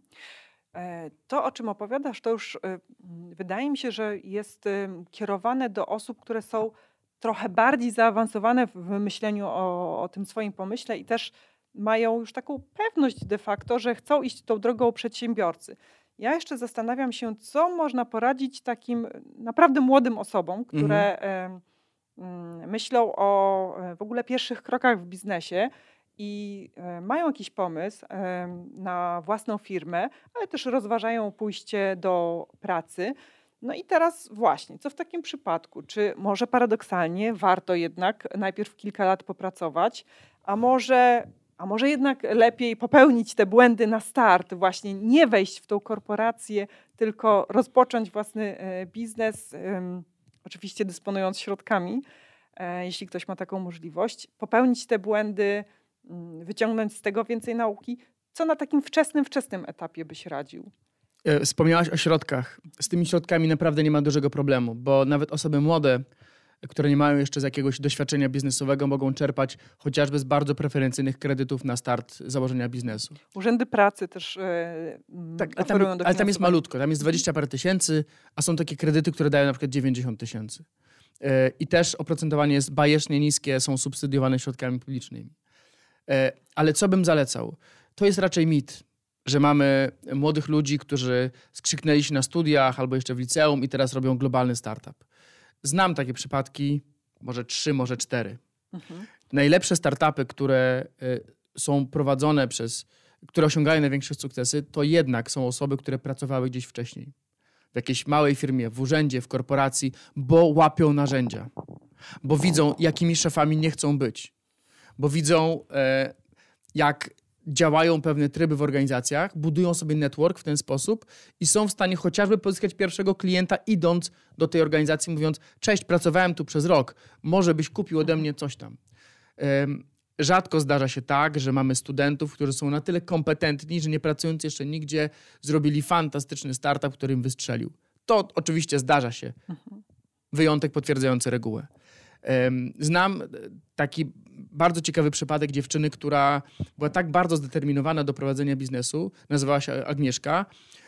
[SPEAKER 1] To, o czym opowiadasz, to już wydaje mi się, że jest kierowane do osób, które są trochę bardziej zaawansowane w myśleniu o, o tym swoim pomyśle i też mają już taką pewność de facto, że chcą iść tą drogą przedsiębiorcy. Ja jeszcze zastanawiam się, co można poradzić takim naprawdę młodym osobom, które mhm. y, y, myślą o w ogóle pierwszych krokach w biznesie i y, mają jakiś pomysł y, na własną firmę, ale też rozważają pójście do pracy. No i teraz właśnie, co w takim przypadku? Czy może paradoksalnie warto jednak najpierw kilka lat popracować, a może, a może jednak lepiej popełnić te błędy na start, właśnie nie wejść w tą korporację, tylko rozpocząć własny biznes, um, oczywiście dysponując środkami, e, jeśli ktoś ma taką możliwość, popełnić te błędy, um, wyciągnąć z tego więcej nauki. Co na takim wczesnym, wczesnym etapie byś radził?
[SPEAKER 2] Wspomniałaś o środkach. Z tymi środkami naprawdę nie ma dużego problemu, bo nawet osoby młode, które nie mają jeszcze z jakiegoś doświadczenia biznesowego, mogą czerpać chociażby z bardzo preferencyjnych kredytów na start założenia biznesu.
[SPEAKER 1] Urzędy pracy też yy, tak,
[SPEAKER 2] ale tam, ale tam jest malutko, tam jest dwadzieścia parę tysięcy, a są takie kredyty, które dają na przykład dziewięćdziesiąt tysięcy. Yy, I też oprocentowanie jest bajecznie niskie, są subsydiowane środkami publicznymi. Yy, ale co bym zalecał? to jest raczej mit, że mamy młodych ludzi, którzy skrzyknęli się na studiach albo jeszcze w liceum i teraz robią globalny startup. Znam takie przypadki, może trzy, może cztery. Mhm. Najlepsze startupy, które y, są prowadzone przez, które osiągają największe sukcesy, to jednak są osoby, które pracowały gdzieś wcześniej. W jakiejś małej firmie, w urzędzie, w korporacji, bo łapią narzędzia. Bo widzą, jakimi szefami nie chcą być. Bo widzą, e, jak działają pewne tryby w organizacjach, budują sobie network w ten sposób i są w stanie chociażby pozyskać pierwszego klienta, idąc do tej organizacji, mówiąc: cześć, pracowałem tu przez rok, może byś kupił ode mnie coś tam. Um, rzadko zdarza się tak, że mamy studentów, którzy są na tyle kompetentni, że nie pracując jeszcze nigdzie, zrobili fantastyczny startup, który im wystrzelił. To oczywiście zdarza się. Wyjątek potwierdzający regułę. Um, znam taki bardzo ciekawy przypadek dziewczyny, która była tak bardzo zdeterminowana do prowadzenia biznesu, nazywała się Agnieszka,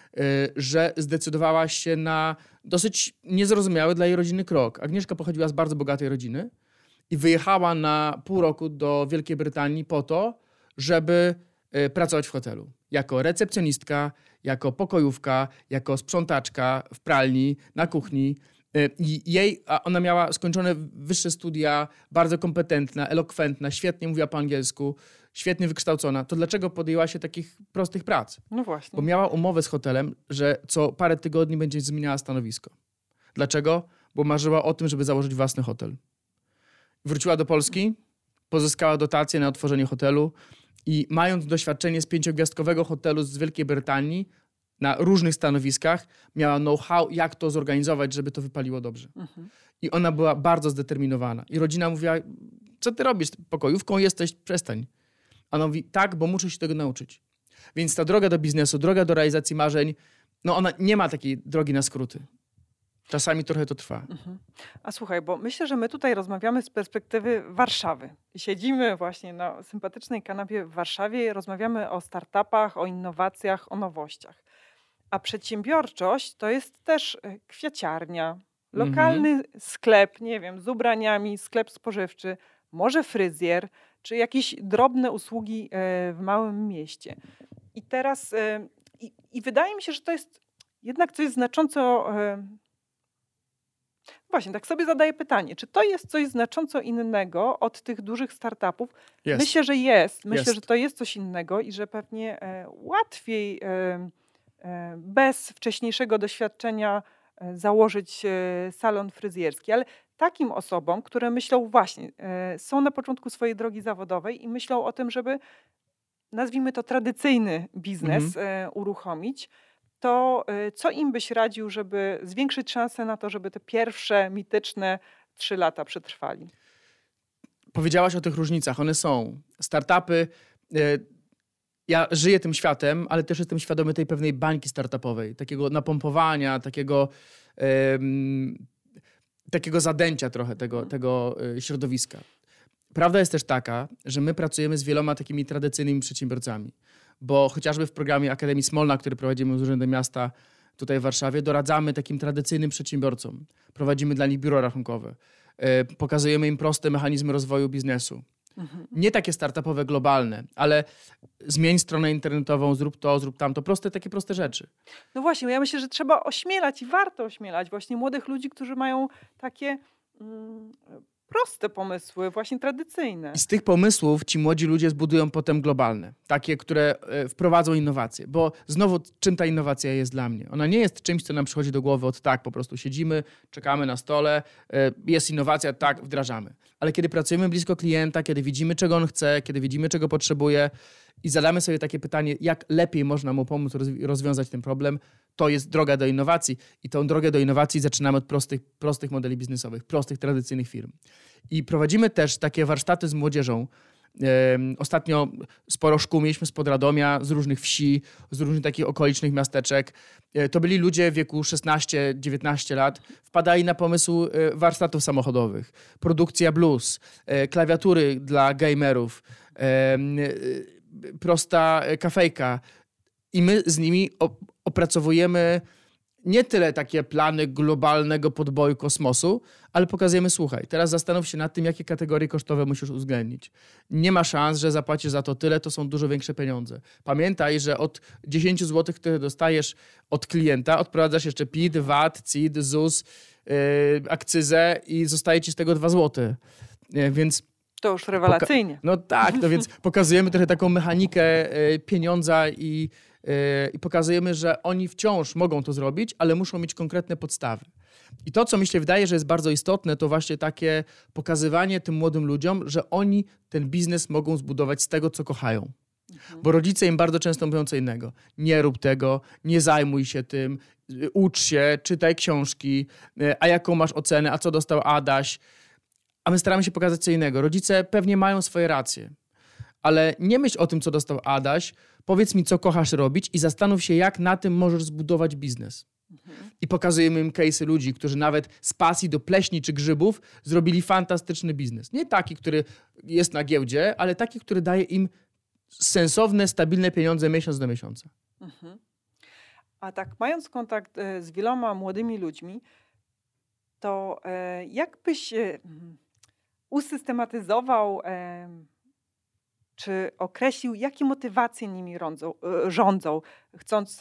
[SPEAKER 2] że zdecydowała się na dosyć niezrozumiały dla jej rodziny krok. Agnieszka pochodziła z bardzo bogatej rodziny i wyjechała na pół roku do Wielkiej Brytanii po to, żeby pracować w hotelu. Jako recepcjonistka, jako pokojówka, jako sprzątaczka w pralni, na kuchni. I jej, a ona miała skończone wyższe studia, bardzo kompetentna, elokwentna, świetnie mówiła po angielsku, świetnie wykształcona. To dlaczego podjęła się takich prostych prac?
[SPEAKER 1] No właśnie.
[SPEAKER 2] Bo miała umowę z hotelem, że co parę tygodni będzie zmieniała stanowisko. Dlaczego? Bo marzyła o tym, żeby założyć własny hotel. Wróciła do Polski, pozyskała dotację na otworzenie hotelu i mając doświadczenie z pięciogwiazdkowego hotelu z Wielkiej Brytanii, na różnych stanowiskach, miała know-how, jak to zorganizować, żeby to wypaliło dobrze. Mhm. I ona była bardzo zdeterminowana. I rodzina mówiła: co ty robisz? Pokojówką jesteś? Przestań. A ona mówi: tak, bo muszę się tego nauczyć. Więc ta droga do biznesu, droga do realizacji marzeń, no ona nie ma takiej drogi na skróty. Czasami trochę to trwa. Mhm.
[SPEAKER 1] A słuchaj, bo myślę, że my tutaj rozmawiamy z perspektywy Warszawy. Siedzimy właśnie na sympatycznej kanapie w Warszawie i rozmawiamy o startupach, o innowacjach, o nowościach. A przedsiębiorczość to jest też kwiaciarnia, lokalny mhm. sklep, nie wiem, z ubraniami, sklep spożywczy, może fryzjer, czy jakieś drobne usługi w małym mieście. I teraz, i, i wydaje mi się, że to jest jednak coś znacząco... Właśnie, tak sobie zadaję pytanie, czy to jest coś znacząco innego od tych dużych startupów?
[SPEAKER 2] Jest.
[SPEAKER 1] Myślę, że jest. Myślę,
[SPEAKER 2] jest.
[SPEAKER 1] że to jest coś innego i że pewnie e, łatwiej e, e, bez wcześniejszego doświadczenia e, założyć e, salon fryzjerski. Ale takim osobom, które myślą właśnie, e, są na początku swojej drogi zawodowej i myślą o tym, żeby, nazwijmy to, tradycyjny biznes mhm. e, uruchomić, to co im byś radził, żeby zwiększyć szansę na to, żeby te pierwsze mityczne trzy lata przetrwali?
[SPEAKER 2] Powiedziałaś o tych różnicach. One są. Startupy, ja żyję tym światem, ale też jestem świadomy tej pewnej bańki startupowej, takiego napompowania, takiego, um, takiego zadęcia trochę tego, tego środowiska. Prawda jest też taka, że my pracujemy z wieloma takimi tradycyjnymi przedsiębiorcami. Bo chociażby w programie Akademii Smolna, który prowadzimy z Urzędem Miasta tutaj w Warszawie, doradzamy takim tradycyjnym przedsiębiorcom. Prowadzimy dla nich biuro rachunkowe. Yy, pokazujemy im proste mechanizmy rozwoju biznesu. Mhm. Nie takie startupowe, globalne, ale zmień stronę internetową, zrób to, zrób tamto. Proste, takie proste rzeczy.
[SPEAKER 1] No właśnie, ja myślę, że trzeba ośmielać i warto ośmielać właśnie młodych ludzi, którzy mają takie... Mm, proste pomysły, właśnie tradycyjne.
[SPEAKER 2] I z tych pomysłów ci młodzi ludzie zbudują potem globalne. Takie, które e, wprowadzą innowacje. Bo znowu, czym ta innowacja jest dla mnie? Ona nie jest czymś, co nam przychodzi do głowy od tak, po prostu siedzimy, czekamy na stole, e, jest innowacja, tak, wdrażamy. Ale kiedy pracujemy blisko klienta, kiedy widzimy, czego on chce, kiedy widzimy, czego potrzebuje i zadamy sobie takie pytanie, jak lepiej można mu pomóc rozwi- rozwiązać ten problem, to jest droga do innowacji. I tą drogę do innowacji zaczynamy od prostych, prostych modeli biznesowych, prostych, tradycyjnych firm. I prowadzimy też takie warsztaty z młodzieżą. Ostatnio sporo szkół mieliśmy spod Radomia, z różnych wsi, z różnych takich okolicznych miasteczek. To byli ludzie w wieku szesnaście dziewiętnaście lat. Wpadali na pomysł warsztatów samochodowych, produkcja blues, klawiatury dla gamerów, prosta kafejka. I my z nimi opracowujemy nie tyle takie plany globalnego podboju kosmosu, ale pokazujemy, słuchaj, teraz zastanów się nad tym, jakie kategorie kosztowe musisz uwzględnić. Nie ma szans, że zapłacisz za to tyle, to są dużo większe pieniądze. Pamiętaj, że od dziesięć złotych, które dostajesz od klienta, odprowadzasz jeszcze P I T, V A T, C I D, Z U S, yy, akcyzę i zostaje ci z tego dwa złote. Yy, więc
[SPEAKER 1] to już rewelacyjnie.
[SPEAKER 2] Poka- no tak, no więc pokazujemy trochę taką mechanikę yy, pieniądza i i pokazujemy, że oni wciąż mogą to zrobić, ale muszą mieć konkretne podstawy. I to, co mi się wydaje, że jest bardzo istotne, to właśnie takie pokazywanie tym młodym ludziom, że oni ten biznes mogą zbudować z tego, co kochają. Mhm. Bo rodzice im bardzo często mówią co innego. Nie rób tego, nie zajmuj się tym, ucz się, czytaj książki, a jaką masz ocenę, a co dostał Adaś. A my staramy się pokazać co innego. Rodzice pewnie mają swoje racje. Ale nie myśl o tym, co dostał Adaś, powiedz mi, co kochasz robić i zastanów się, jak na tym możesz zbudować biznes. Mhm. I pokazujemy im case'y ludzi, którzy nawet z pasji do pleśni czy grzybów zrobili fantastyczny biznes. Nie taki, który jest na giełdzie, ale taki, który daje im sensowne, stabilne pieniądze miesiąc do miesiąca. Mhm.
[SPEAKER 1] A tak mając kontakt z wieloma młodymi ludźmi, to e, jak byś e, usystematyzował e, czy określił, jakie motywacje nimi rządzą, rządzą chcąc,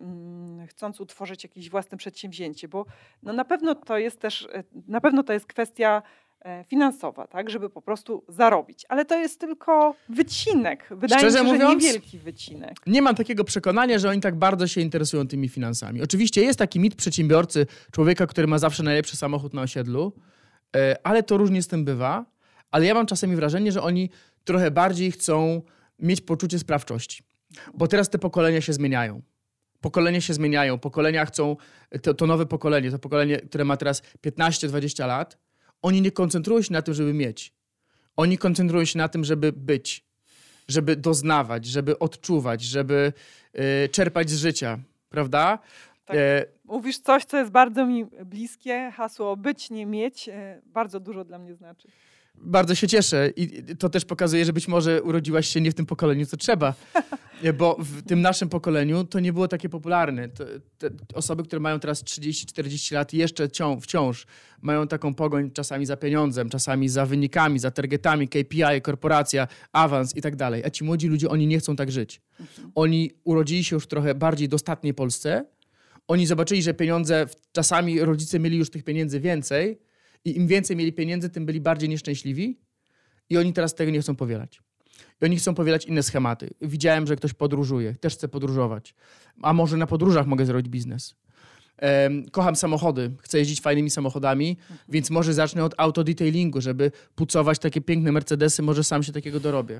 [SPEAKER 1] chcąc utworzyć jakieś własne przedsięwzięcie? Bo no na pewno to jest też, na pewno to jest kwestia finansowa, tak, żeby po prostu zarobić. Ale to jest tylko wycinek. Wydaje
[SPEAKER 2] Szczerze
[SPEAKER 1] mi się,
[SPEAKER 2] mówiąc,
[SPEAKER 1] że niewielki wycinek.
[SPEAKER 2] Nie mam takiego przekonania, że oni tak bardzo się interesują tymi finansami. Oczywiście jest taki mit przedsiębiorcy, człowieka, który ma zawsze najlepszy samochód na osiedlu, ale to różnie z tym bywa. Ale ja mam czasami wrażenie, że oni trochę bardziej chcą mieć poczucie sprawczości. Bo teraz te pokolenia się zmieniają. Pokolenia się zmieniają. Pokolenia chcą, to, to nowe pokolenie, to pokolenie, które ma teraz piętnaście dwadzieścia lat, oni nie koncentrują się na tym, żeby mieć. Oni koncentrują się na tym, żeby być, żeby doznawać, żeby odczuwać, żeby y, czerpać z życia. Prawda?
[SPEAKER 1] Tak. E... Mówisz coś, co jest bardzo mi bliskie. Hasło być, nie mieć. E, bardzo dużo dla mnie znaczy.
[SPEAKER 2] Bardzo się cieszę i to też pokazuje, że być może urodziłaś się nie w tym pokoleniu, co trzeba. Bo w tym naszym pokoleniu to nie było takie popularne. To, te osoby, które mają teraz trzydzieści czterdzieści lat jeszcze cią, wciąż mają taką pogoń czasami za pieniądzem, czasami za wynikami, za targetami, K P I, korporacja, awans i tak dalej. A ci młodzi ludzie, oni nie chcą tak żyć. Mhm. Oni urodzili się już w trochę bardziej dostatniej Polsce. Oni zobaczyli, że pieniądze, czasami rodzice mieli już tych pieniędzy więcej, i im więcej mieli pieniędzy, tym byli bardziej nieszczęśliwi i oni teraz tego nie chcą powielać. I oni chcą powielać inne schematy. Widziałem, że ktoś podróżuje, też chce podróżować. A może na podróżach mogę zrobić biznes. Um, kocham samochody, chcę jeździć fajnymi samochodami, mhm. więc może zacznę od autodetailingu, żeby pucować takie piękne Mercedesy, może sam się takiego dorobię.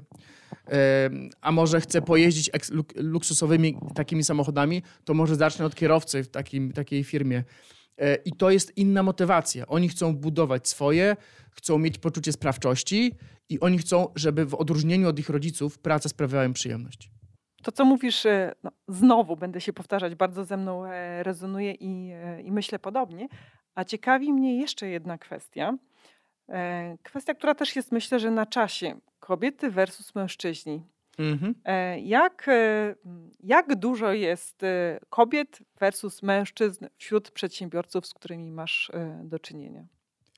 [SPEAKER 2] Um, a może chcę pojeździć eks- luk- luksusowymi takimi samochodami, to może zacznę od kierowcy w takim, takiej firmie. I to jest inna motywacja. Oni chcą budować swoje, chcą mieć poczucie sprawczości i oni chcą, żeby w odróżnieniu od ich rodziców praca sprawiała im przyjemność.
[SPEAKER 1] To, co mówisz, no, znowu będę się powtarzać, bardzo ze mną rezonuje i, i myślę podobnie. A ciekawi mnie jeszcze jedna kwestia. Kwestia, która też jest, myślę, że na czasie. Kobiety versus mężczyźni. Mhm. Jak, jak dużo jest kobiet versus mężczyzn wśród przedsiębiorców, z którymi masz do czynienia?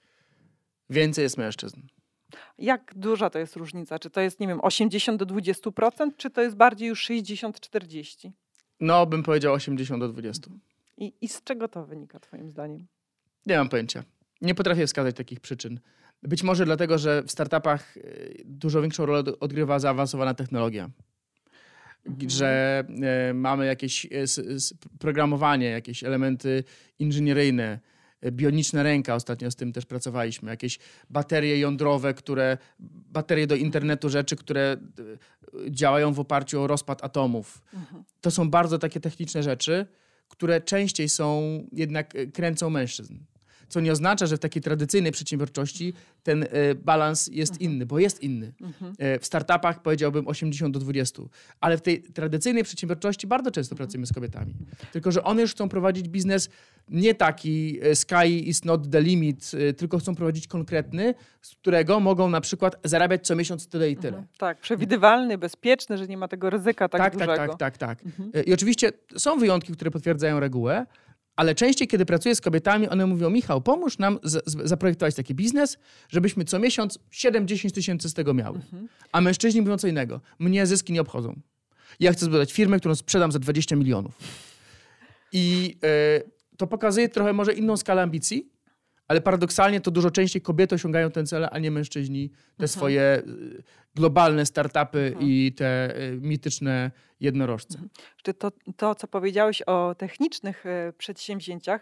[SPEAKER 2] Więcej jest mężczyzn.
[SPEAKER 1] Jak duża to jest różnica? Czy to jest, nie wiem, osiemdziesiąt do dwudziestu procent, czy to jest bardziej już sześćdziesiąt czterdzieści?
[SPEAKER 2] No, bym powiedział osiemdziesiąt do dwudziestu.
[SPEAKER 1] I, I z czego to wynika twoim zdaniem? Nie
[SPEAKER 2] mam pojęcia. Nie potrafię wskazać takich przyczyn. Być może dlatego, że w startupach dużo większą rolę odgrywa zaawansowana technologia. Mhm. Że e, mamy jakieś e, s, s, programowanie, jakieś elementy inżynieryjne, bioniczna ręka, ostatnio z tym też pracowaliśmy, jakieś baterie jądrowe, które, baterie do internetu rzeczy, które działają w oparciu o rozpad atomów. Mhm. To są bardzo takie techniczne rzeczy, które częściej są, jednak kręcą mężczyzn. Co nie oznacza, że w takiej tradycyjnej przedsiębiorczości ten y, balans jest mhm. inny, bo jest inny. Mhm. Y, w startupach powiedziałbym osiemdziesiąt do dwudziestu, ale w tej tradycyjnej przedsiębiorczości bardzo często mhm. pracujemy z kobietami. Tylko że one już chcą prowadzić biznes nie taki y, sky is not the limit, y, tylko chcą prowadzić konkretny, z którego mogą na przykład zarabiać co miesiąc tyle i tyle.
[SPEAKER 1] Mhm. Tak, przewidywalny, bezpieczny, że nie ma tego ryzyka tak,
[SPEAKER 2] tak
[SPEAKER 1] dużego.
[SPEAKER 2] Tak, tak, tak. tak. Mhm. Y, I oczywiście są wyjątki, które potwierdzają regułę, Ale częściej, kiedy pracuję z kobietami, one mówią, Michał, pomóż nam z, z, zaprojektować taki biznes, żebyśmy co miesiąc siedem do dziesięciu tysięcy z tego miały. Mhm. A mężczyźni mówią co innego. Mnie zyski nie obchodzą. Ja chcę zbudować firmę, którą sprzedam za dwadzieścia milionów. I yy, to pokazuje trochę może inną skalę ambicji, ale paradoksalnie to dużo częściej kobiety osiągają ten cel, a nie mężczyźni te mhm. swoje y, globalne startupy mhm. i te y, mityczne jednorożce. Mhm.
[SPEAKER 1] To, to, co powiedziałeś o technicznych y, przedsięwzięciach,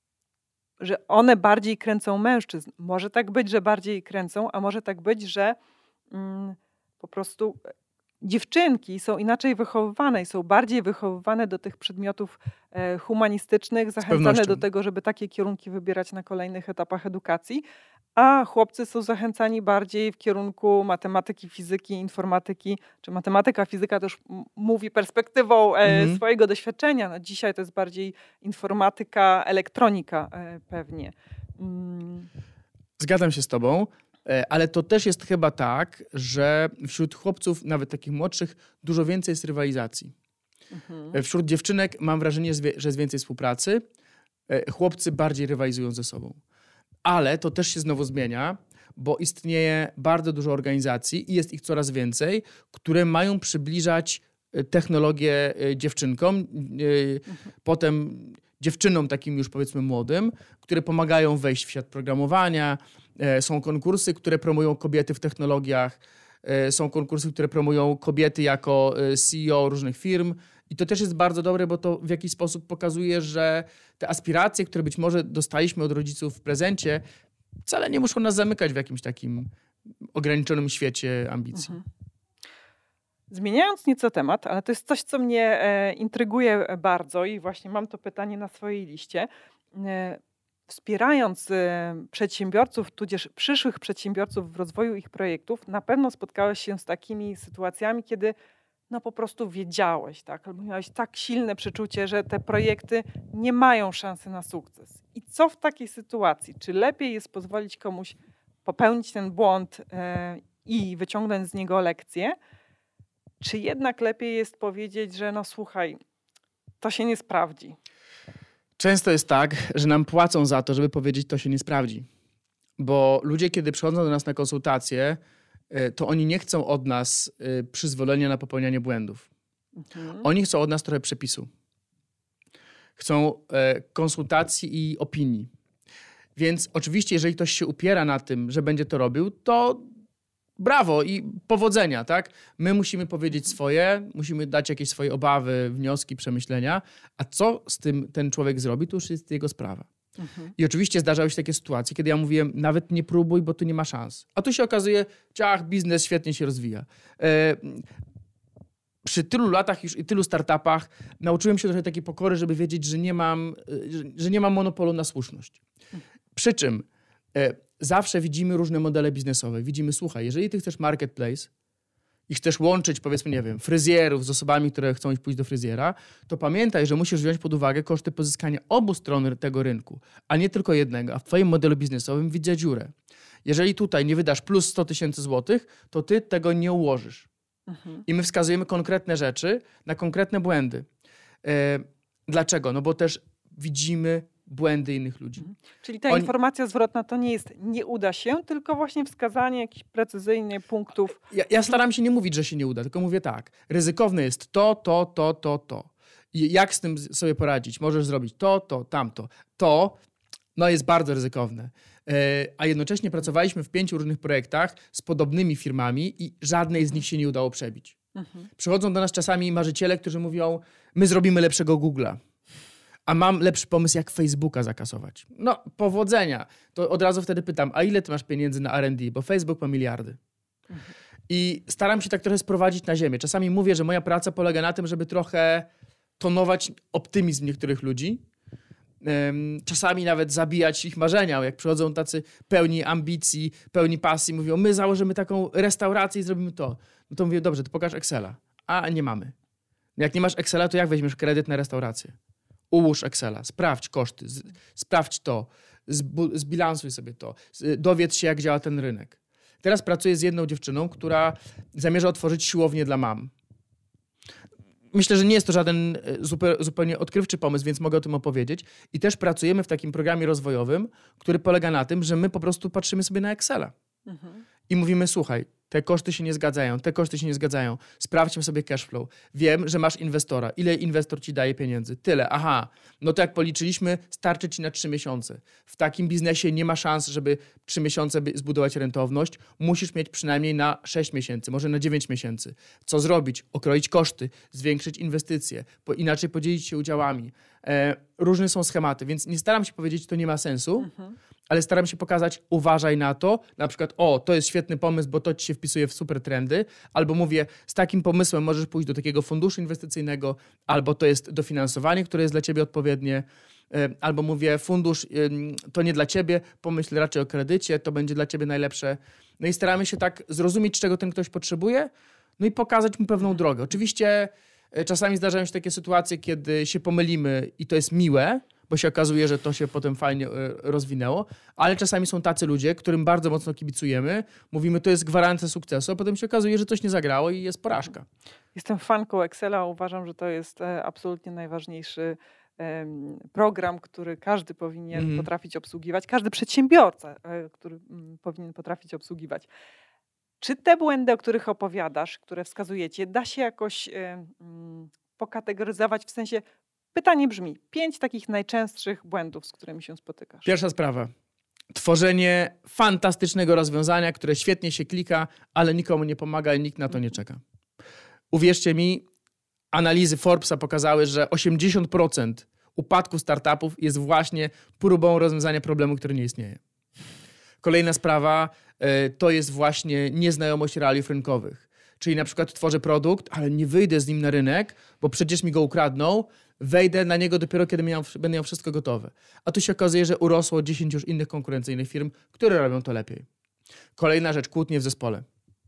[SPEAKER 1] że one bardziej kręcą mężczyzn. Może tak być, że bardziej kręcą, a może tak być, że mm, po prostu dziewczynki są inaczej wychowywane i są bardziej wychowywane do tych przedmiotów e, humanistycznych, zachęcane do tego, żeby takie kierunki wybierać na kolejnych etapach edukacji, a chłopcy są zachęcani bardziej w kierunku matematyki, fizyki, informatyki, czy matematyka, fizyka też m- mówi perspektywą e, mhm. swojego doświadczenia. No, dzisiaj to jest bardziej informatyka, elektronika e, pewnie. Mm.
[SPEAKER 2] Zgadzam się z tobą. Ale to też jest chyba tak, że wśród chłopców, nawet takich młodszych, dużo więcej jest rywalizacji. Mhm. Wśród dziewczynek mam wrażenie, że jest więcej współpracy. Chłopcy bardziej rywalizują ze sobą. Ale to też się znowu zmienia, bo istnieje bardzo dużo organizacji i jest ich coraz więcej, które mają przybliżać technologię dziewczynkom, mhm. potem dziewczynom takim już powiedzmy młodym, które pomagają wejść w świat programowania. Są konkursy, które promują kobiety w technologiach. Są konkursy, które promują kobiety jako C E O różnych firm. I to też jest bardzo dobre, bo to w jakiś sposób pokazuje, że te aspiracje, które być może dostaliśmy od rodziców w prezencie, wcale nie muszą nas zamykać w jakimś takim ograniczonym świecie ambicji. Mhm.
[SPEAKER 1] Zmieniając nieco temat, ale to jest coś, co mnie e, intryguje bardzo i właśnie mam to pytanie na swojej liście. E, wspierając e, przedsiębiorców, tudzież przyszłych przedsiębiorców w rozwoju ich projektów, na pewno spotkałeś się z takimi sytuacjami, kiedy no po prostu wiedziałeś, tak? Albo miałeś tak silne przeczucie, że te projekty nie mają szansy na sukces. I co w takiej sytuacji? Czy lepiej jest pozwolić komuś popełnić ten błąd e, i wyciągnąć z niego lekcję, czy jednak lepiej jest powiedzieć, że no słuchaj, to się nie sprawdzi?
[SPEAKER 2] Często jest tak, że nam płacą za to, żeby powiedzieć, to się nie sprawdzi. Bo ludzie, kiedy przychodzą do nas na konsultacje, to oni nie chcą od nas przyzwolenia na popełnianie błędów. Mhm. Oni chcą od nas trochę przepisu. Chcą konsultacji i opinii. Więc oczywiście, jeżeli ktoś się upiera na tym, że będzie to robił, to brawo i powodzenia, tak? My musimy powiedzieć swoje, musimy dać jakieś swoje obawy, wnioski, przemyślenia, a co z tym ten człowiek zrobi, to już jest jego sprawa. Mhm. I oczywiście zdarzały się takie sytuacje, kiedy ja mówiłem, nawet nie próbuj, bo tu nie ma szans. A tu się okazuje, ciach, biznes świetnie się rozwija. E, przy tylu latach już i tylu startupach nauczyłem się trochę takiej pokory, żeby wiedzieć, że nie mam, że, że nie mam monopolu na słuszność. Przy czym e, zawsze widzimy różne modele biznesowe. Widzimy, słuchaj, jeżeli ty chcesz marketplace i chcesz łączyć, powiedzmy, nie wiem, fryzjerów z osobami, które chcą iść pójść do fryzjera, to pamiętaj, że musisz wziąć pod uwagę koszty pozyskania obu stron tego rynku, a nie tylko jednego. A w twoim modelu biznesowym widzę dziurę. Jeżeli tutaj nie wydasz plus sto tysięcy złotych, to ty tego nie ułożysz. Mhm. I my wskazujemy konkretne rzeczy na konkretne błędy. E, dlaczego? No bo też widzimy błędy innych ludzi. Mhm.
[SPEAKER 1] Czyli ta
[SPEAKER 2] Oni...
[SPEAKER 1] informacja zwrotna to nie jest nie uda się, tylko właśnie wskazanie jakichś precyzyjnych punktów.
[SPEAKER 2] Ja, ja staram się nie mówić, że się nie uda, tylko mówię tak. Ryzykowne jest to, to, to, to, to. I jak z tym sobie poradzić? Możesz zrobić to, to, tamto. To no jest bardzo ryzykowne. E, a jednocześnie pracowaliśmy w pięciu różnych projektach z podobnymi firmami i żadnej z nich się nie udało przebić. Mhm. Przychodzą do nas czasami marzyciele, którzy mówią, my zrobimy lepszego Google'a. A mam lepszy pomysł, jak Facebooka zakasować. No, powodzenia. To od razu wtedy pytam, a ile ty masz pieniędzy na R and D? Bo Facebook ma miliardy. Mhm. I staram się tak trochę sprowadzić na ziemię. Czasami mówię, że moja praca polega na tym, żeby trochę tonować optymizm niektórych ludzi. Czasami nawet zabijać ich marzenia. Jak przychodzą tacy pełni ambicji, pełni pasji, mówią, my założymy taką restaurację i zrobimy to. No to mówię, dobrze, to pokaż Excela. A nie mamy. Jak nie masz Excela, to jak weźmiesz kredyt na restaurację? Ułóż Excela, sprawdź koszty, z, sprawdź to, zbu, zbilansuj sobie to, z, dowiedz się, jak działa ten rynek. Teraz pracuję z jedną dziewczyną, która zamierza otworzyć siłownię dla mam. myślę, że nie jest to żaden zupeł, zupełnie odkrywczy pomysł, więc mogę o tym opowiedzieć. I też pracujemy w takim programie rozwojowym, który polega na tym, że my po prostu patrzymy sobie na Excela. Mhm. I mówimy, słuchaj, te koszty się nie zgadzają, te koszty się nie zgadzają. Sprawdźmy sobie cash flow. Wiem, że masz inwestora. Ile inwestor ci daje pieniędzy? Tyle. Aha, no to jak policzyliśmy, starczy ci na trzy miesiące. W takim biznesie nie ma szans, żeby trzy miesiące zbudować rentowność. Musisz mieć przynajmniej na sześć miesięcy, może na dziewięć miesięcy. Co zrobić? Okroić koszty, zwiększyć inwestycje, po, inaczej podzielić się udziałami. E, różne są schematy, więc nie staram się powiedzieć, to nie ma sensu, mhm. ale staram się pokazać, uważaj na to, na przykład, o, to jest świetny pomysł, bo to ci się wpisuje w super trendy, albo mówię, z takim pomysłem możesz pójść do takiego funduszu inwestycyjnego, albo to jest dofinansowanie, które jest dla ciebie odpowiednie, albo mówię, fundusz to nie dla ciebie, pomyśl raczej o kredycie, to będzie dla ciebie najlepsze. No i staramy się tak zrozumieć, czego ten ktoś potrzebuje, no i pokazać mu pewną drogę. Oczywiście czasami zdarzają się takie sytuacje, kiedy się pomylimy i to jest miłe, bo się okazuje, że to się potem fajnie rozwinęło, ale czasami są tacy ludzie, którym bardzo mocno kibicujemy, mówimy, to jest gwarancja sukcesu, a potem się okazuje, że coś nie zagrało i jest porażka.
[SPEAKER 1] Jestem fanką Excela, uważam, że to jest absolutnie najważniejszy program, który każdy powinien mm. potrafić obsługiwać, każdy przedsiębiorca, który powinien potrafić obsługiwać. Czy te błędy, o których opowiadasz, które wskazujecie, da się jakoś pokategoryzować w sensie. Pytanie brzmi, pięć takich najczęstszych błędów, z którymi się spotykasz.
[SPEAKER 2] Pierwsza sprawa. Tworzenie fantastycznego rozwiązania, które świetnie się klika, ale nikomu nie pomaga i nikt na to nie czeka. Uwierzcie mi, analizy Forbesa pokazały, że osiemdziesiąt procent upadku startupów jest właśnie próbą rozwiązania problemu, który nie istnieje. Kolejna sprawa to jest właśnie nieznajomość realiów rynkowych. Czyli na przykład tworzę produkt, ale nie wyjdę z nim na rynek, bo przecież mi go ukradną, wejdę na niego dopiero, kiedy miał, będę miał wszystko gotowe. A tu się okazuje, że urosło dziesięć już innych konkurencyjnych firm, które robią to lepiej. Kolejna rzecz, kłótnie w zespole.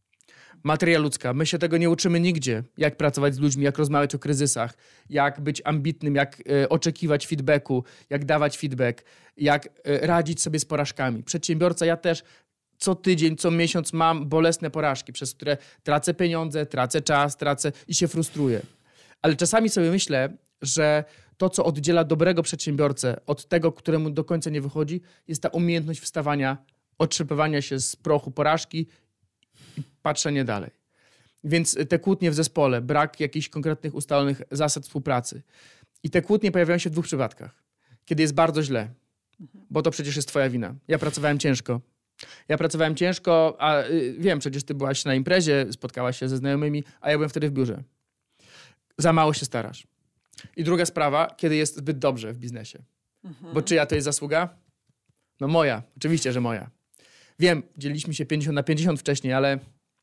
[SPEAKER 2] Materia ludzka. My się tego nie uczymy nigdzie. Jak pracować z ludźmi, jak rozmawiać o kryzysach, jak być ambitnym, jak y, oczekiwać feedbacku, jak dawać feedback, jak y, radzić sobie z porażkami. Przedsiębiorca, ja też co tydzień, co miesiąc mam bolesne porażki, przez które tracę pieniądze, tracę czas, tracę i się frustruję. Ale czasami sobie myślę, że to, co oddziela dobrego przedsiębiorcę od tego, któremu do końca nie wychodzi, jest ta umiejętność wstawania, otrzepywania się z prochu porażki i patrzenie dalej. Więc te kłótnie w zespole, brak jakichś konkretnych ustalonych zasad współpracy. I te kłótnie pojawiają się w dwóch przypadkach. Kiedy jest bardzo źle, bo to przecież jest twoja wina. Ja pracowałem ciężko. Ja pracowałem ciężko, a y, wiem, przecież ty byłaś na imprezie, spotkałaś się ze znajomymi, a ja byłem wtedy w biurze. Za mało się starasz. I druga sprawa, kiedy jest zbyt dobrze w biznesie. Mhm. Bo czyja to jest zasługa? No moja. Oczywiście, że moja. Wiem, dzieliliśmy się pięćdziesiąt na pięćdziesiąt wcześniej, ale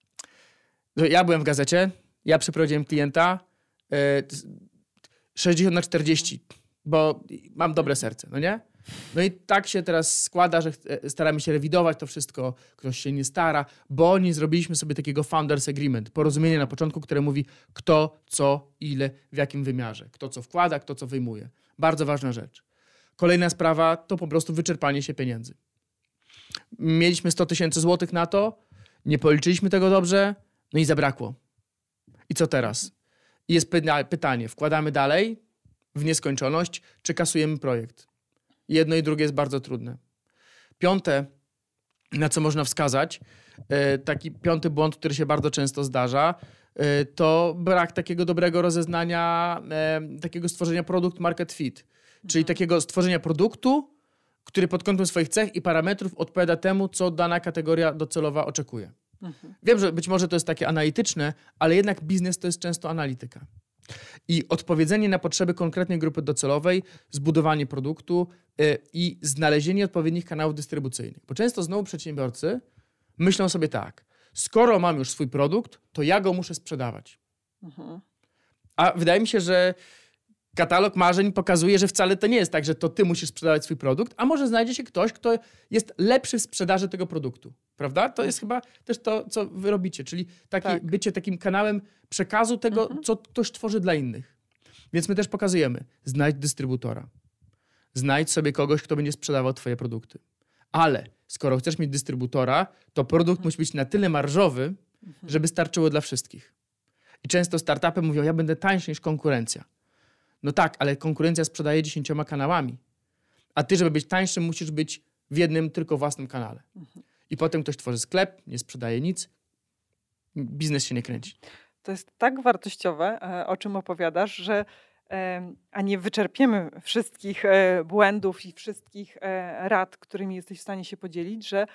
[SPEAKER 2] ja byłem w gazecie, ja przeprowadziłem klienta yy, sześćdziesiąt na czterdzieści, bo mam dobre serce, no nie? No i tak się teraz składa, że staramy się rewidować to wszystko, ktoś się nie stara, bo nie zrobiliśmy sobie takiego founders agreement, porozumienie na początku, które mówi kto, co, ile, w jakim wymiarze, kto co wkłada, kto co wyjmuje. Bardzo ważna rzecz. Kolejna sprawa to po prostu wyczerpanie się pieniędzy. Mieliśmy sto tysięcy złotych na to, nie policzyliśmy tego dobrze, no i zabrakło. I co teraz? I jest pyta- pytanie, wkładamy dalej w nieskończoność, czy kasujemy projekt? Jedno i drugie jest bardzo trudne. Piąte, na co można wskazać, taki piąty błąd, który się bardzo często zdarza, to brak takiego dobrego rozeznania, takiego stworzenia produkt market fit. Czyli mhm. takiego stworzenia produktu, który pod kątem swoich cech i parametrów odpowiada temu, co dana kategoria docelowa oczekuje. Mhm. Wiem, że być może to jest takie analityczne, ale jednak biznes to jest często analityka. I odpowiedzenie na potrzeby konkretnej grupy docelowej, zbudowanie produktu yy, i znalezienie odpowiednich kanałów dystrybucyjnych. Bo często znowu przedsiębiorcy myślą sobie tak, skoro mam już swój produkt, to ja go muszę sprzedawać. Mhm. A wydaje mi się, że katalog marzeń pokazuje, że wcale to nie jest tak, że to ty musisz sprzedawać swój produkt, a może znajdzie się ktoś, kto jest lepszy w sprzedaży tego produktu. Prawda? To jest chyba też to, co wy robicie, czyli takie tak. bycie takim kanałem przekazu tego, mhm. co ktoś tworzy dla innych. Więc my też pokazujemy, znajdź dystrybutora. Znajdź sobie kogoś, kto będzie sprzedawał twoje produkty. Ale skoro chcesz mieć dystrybutora, to produkt mhm. musi być na tyle marżowy, mhm. żeby starczyło dla wszystkich. I często startupy mówią, ja będę tańszy niż konkurencja. No tak, ale konkurencja sprzedaje dziesięcioma kanałami. A ty, żeby być tańszy, musisz być w jednym tylko własnym kanale. Mhm. I potem ktoś tworzy sklep, nie sprzedaje nic, biznes się nie kręci.
[SPEAKER 1] To jest tak wartościowe, o czym opowiadasz, że a nie wyczerpiemy wszystkich błędów i wszystkich rad, którymi jesteś w stanie się podzielić, że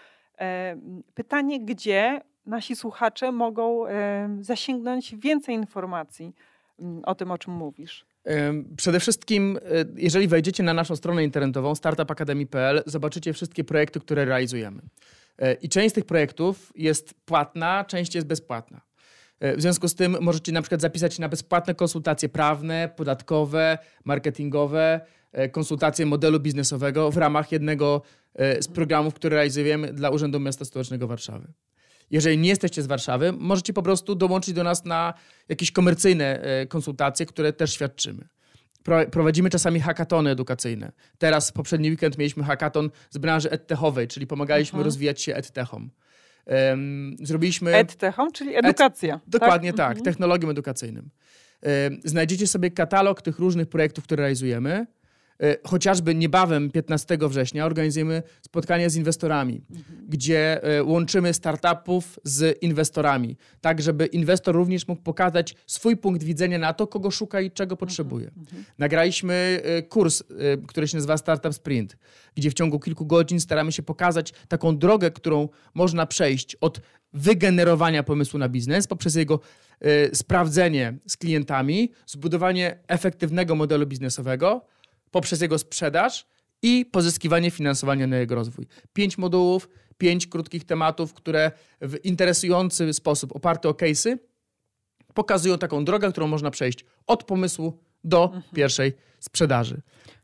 [SPEAKER 1] pytanie, gdzie nasi słuchacze mogą zasięgnąć więcej informacji o tym, o czym mówisz?
[SPEAKER 2] Przede wszystkim, jeżeli wejdziecie na naszą stronę internetową startup academy kropka p l, zobaczycie wszystkie projekty, które realizujemy. I część z tych projektów jest płatna, część jest bezpłatna. W związku z tym możecie na przykład zapisać się na bezpłatne konsultacje prawne, podatkowe, marketingowe, konsultacje modelu biznesowego w ramach jednego z programów, które realizujemy dla Urzędu Miasta Stołecznego Warszawy. Jeżeli nie jesteście z Warszawy, możecie po prostu dołączyć do nas na jakieś komercyjne konsultacje, które też świadczymy. Prowadzimy czasami hackatony edukacyjne. Teraz, poprzedni weekend mieliśmy hackaton z branży edtechowej, czyli pomagaliśmy mhm. rozwijać się edtechom. Um, zrobiliśmy...
[SPEAKER 1] Edtechom, czyli edukacja.
[SPEAKER 2] Ed... Dokładnie
[SPEAKER 1] tak,
[SPEAKER 2] tak
[SPEAKER 1] mhm.
[SPEAKER 2] technologiom edukacyjnym. Um, znajdziecie sobie katalog tych różnych projektów, które realizujemy. Chociażby niebawem, piętnastego września, organizujemy spotkanie z inwestorami, mhm. gdzie łączymy startupów z inwestorami, tak żeby inwestor również mógł pokazać swój punkt widzenia na to, kogo szuka i czego potrzebuje. Mhm. Nagraliśmy kurs, który się nazywa Startup Sprint, gdzie w ciągu kilku godzin staramy się pokazać taką drogę, którą można przejść od wygenerowania pomysłu na biznes poprzez jego y, sprawdzenie z klientami, zbudowanie efektywnego modelu biznesowego, poprzez jego sprzedaż i pozyskiwanie finansowania na jego rozwój. Pięć modułów, pięć krótkich tematów, które w interesujący sposób, oparty o case'y, pokazują taką drogę, którą można przejść od pomysłu do mhm. pierwszej sprzedaży.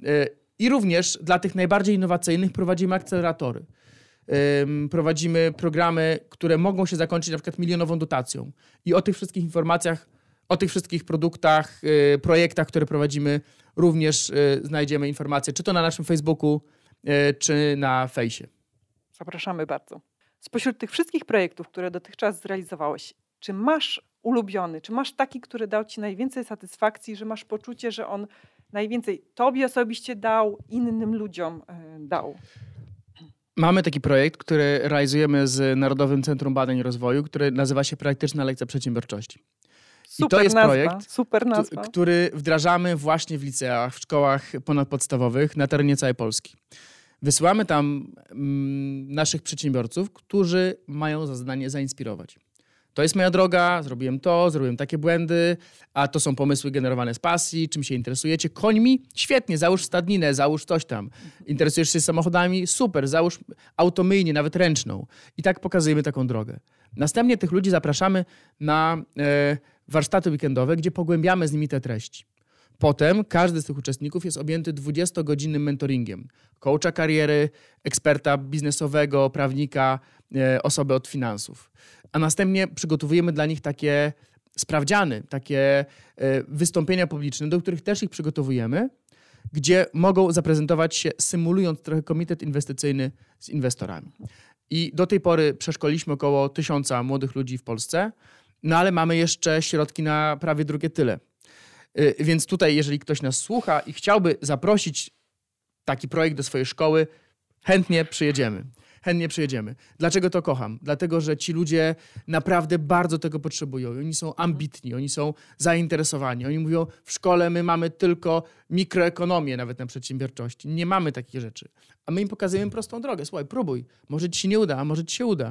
[SPEAKER 2] I również dla tych najbardziej innowacyjnych prowadzimy akceleratory. Prowadzimy programy, które mogą się zakończyć na przykład milionową dotacją. I o tych wszystkich informacjach, o tych wszystkich produktach, projektach, które prowadzimy, również znajdziemy informacje, czy to na naszym Facebooku, czy na fejsie.
[SPEAKER 1] Zapraszamy bardzo. Spośród tych wszystkich projektów, które dotychczas zrealizowałeś, czy masz ulubiony, czy masz taki, który dał ci najwięcej satysfakcji, że masz poczucie, że on najwięcej tobie osobiście dał, innym ludziom dał?
[SPEAKER 2] Mamy taki projekt, który realizujemy z Narodowym Centrum Badań i Rozwoju, który nazywa się Praktyczna Lekcja Przedsiębiorczości.
[SPEAKER 1] Super
[SPEAKER 2] I to jest
[SPEAKER 1] nazwa,
[SPEAKER 2] projekt,
[SPEAKER 1] super nazwa.
[SPEAKER 2] K- który wdrażamy właśnie w liceach, w szkołach ponadpodstawowych na terenie całej Polski. Wysyłamy tam mm, naszych przedsiębiorców, którzy mają za zadanie zainspirować. To jest moja droga, zrobiłem to, zrobiłem takie błędy, a to są pomysły generowane z pasji, czym się interesujecie? Końmi? Świetnie, załóż stadninę, załóż coś tam. Interesujesz się samochodami? Super, załóż automyjnię, nawet ręczną. I tak pokazujemy taką drogę. Następnie tych ludzi zapraszamy na e, warsztaty weekendowe, gdzie pogłębiamy z nimi te treści. Potem każdy z tych uczestników jest objęty dwudziestogodzinnym mentoringiem. Coacha kariery, eksperta biznesowego, prawnika, e, osoby od finansów. A następnie przygotowujemy dla nich takie sprawdziany, takie e, wystąpienia publiczne, do których też ich przygotowujemy, gdzie mogą zaprezentować się, symulując trochę komitet inwestycyjny z inwestorami. I do tej pory przeszkoliliśmy około tysiąca młodych ludzi w Polsce, no ale mamy jeszcze środki na prawie drugie tyle. Więc tutaj, jeżeli ktoś nas słucha i chciałby zaprosić taki projekt do swojej szkoły, chętnie przyjedziemy. Chętnie przyjedziemy. Dlaczego to kocham? Dlatego, że ci ludzie naprawdę bardzo tego potrzebują. Oni są ambitni, oni są zainteresowani. Oni mówią, w szkole my mamy tylko mikroekonomię nawet na przedsiębiorczości. Nie mamy takich rzeczy. A my im pokazujemy prostą drogę. Słuchaj, próbuj. Może ci się nie uda, a może ci się uda.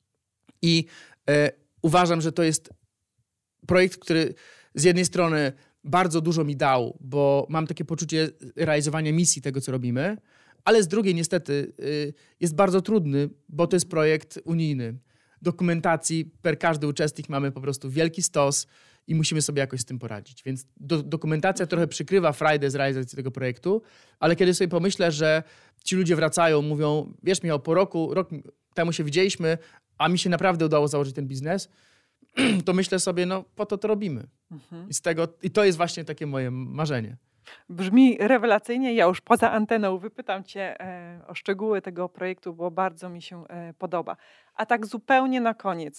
[SPEAKER 2] I e, uważam, że to jest projekt, który z jednej strony bardzo dużo mi dał, bo mam takie poczucie realizowania misji tego, co robimy, ale z drugiej niestety jest bardzo trudny, bo to jest projekt unijny. Dokumentacji per każdy uczestnik mamy po prostu wielki stos i musimy sobie jakoś z tym poradzić. Więc do, dokumentacja trochę przykrywa frajdę z realizacji tego projektu, ale kiedy sobie pomyślę, że ci ludzie wracają, mówią, wiesz Michał, po roku, rok temu się widzieliśmy, a mi się naprawdę udało założyć ten biznes, to myślę sobie, no po to to robimy. Mhm. I, z tego, I to jest właśnie takie moje marzenie.
[SPEAKER 1] Brzmi rewelacyjnie. Ja już poza anteną wypytam cię e, o szczegóły tego projektu, bo bardzo mi się e, podoba. A tak zupełnie na koniec.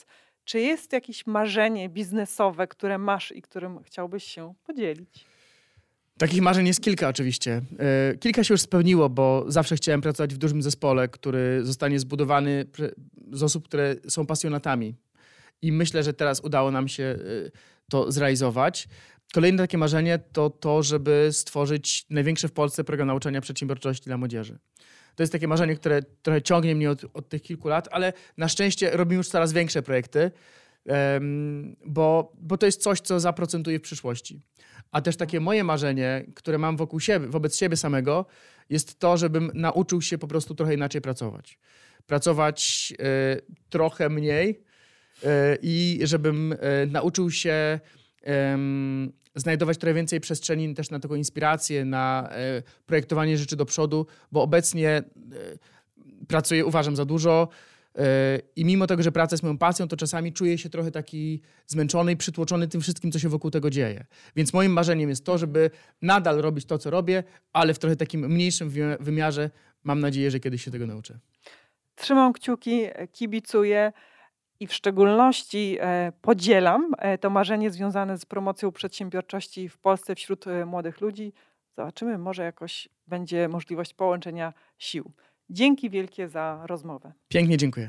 [SPEAKER 1] Czy jest jakieś marzenie biznesowe, które masz i którym chciałbyś się podzielić?
[SPEAKER 2] Takich marzeń jest kilka oczywiście. E, Kilka się już spełniło, bo zawsze chciałem pracować w dużym zespole, który zostanie zbudowany pre- z osób, które są pasjonatami. I myślę, że teraz udało nam się e, to zrealizować. Kolejne takie marzenie to to, żeby stworzyć największy w Polsce program nauczania przedsiębiorczości dla młodzieży. To jest takie marzenie, które trochę ciągnie mnie od, od tych kilku lat, ale na szczęście robimy już coraz większe projekty, em, bo, bo to jest coś, co zaprocentuje w przyszłości. A też takie moje marzenie, które mam wokół siebie, wobec siebie samego, jest to, żebym nauczył się po prostu trochę inaczej pracować. Pracować e, trochę mniej e, i żebym e, nauczył się em, znajdować trochę więcej przestrzeni też na taką inspirację, na e, projektowanie rzeczy do przodu, bo obecnie e, pracuję, uważam, za dużo e, i mimo tego, że praca jest moją pasją, to czasami czuję się trochę taki zmęczony i przytłoczony tym wszystkim, co się wokół tego dzieje. Więc moim marzeniem jest to, żeby nadal robić to, co robię, ale w trochę takim mniejszym wi- wymiarze. Mam nadzieję, że kiedyś się tego nauczę.
[SPEAKER 1] Trzymam kciuki, kibicuję i w szczególności e, podzielam e, to marzenie związane z promocją przedsiębiorczości w Polsce wśród e, młodych ludzi. Zobaczymy, może jakoś będzie możliwość połączenia sił. Dzięki wielkie za rozmowę.
[SPEAKER 2] Pięknie dziękuję.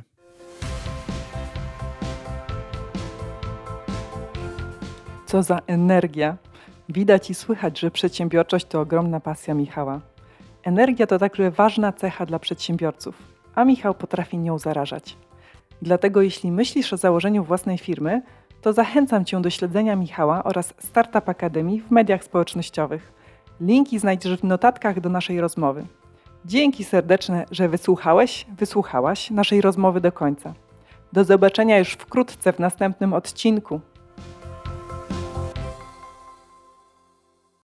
[SPEAKER 1] Co za energia. Widać i słychać, że przedsiębiorczość to ogromna pasja Michała. Energia to także ważna cecha dla przedsiębiorców, a Michał potrafi nią zarażać. Dlatego jeśli myślisz o założeniu własnej firmy, to zachęcam Cię do śledzenia Michała oraz Startup Akademii w mediach społecznościowych. Linki znajdziesz w notatkach do naszej rozmowy. Dzięki serdeczne, że wysłuchałeś, wysłuchałaś naszej rozmowy do końca. Do zobaczenia już wkrótce w następnym odcinku.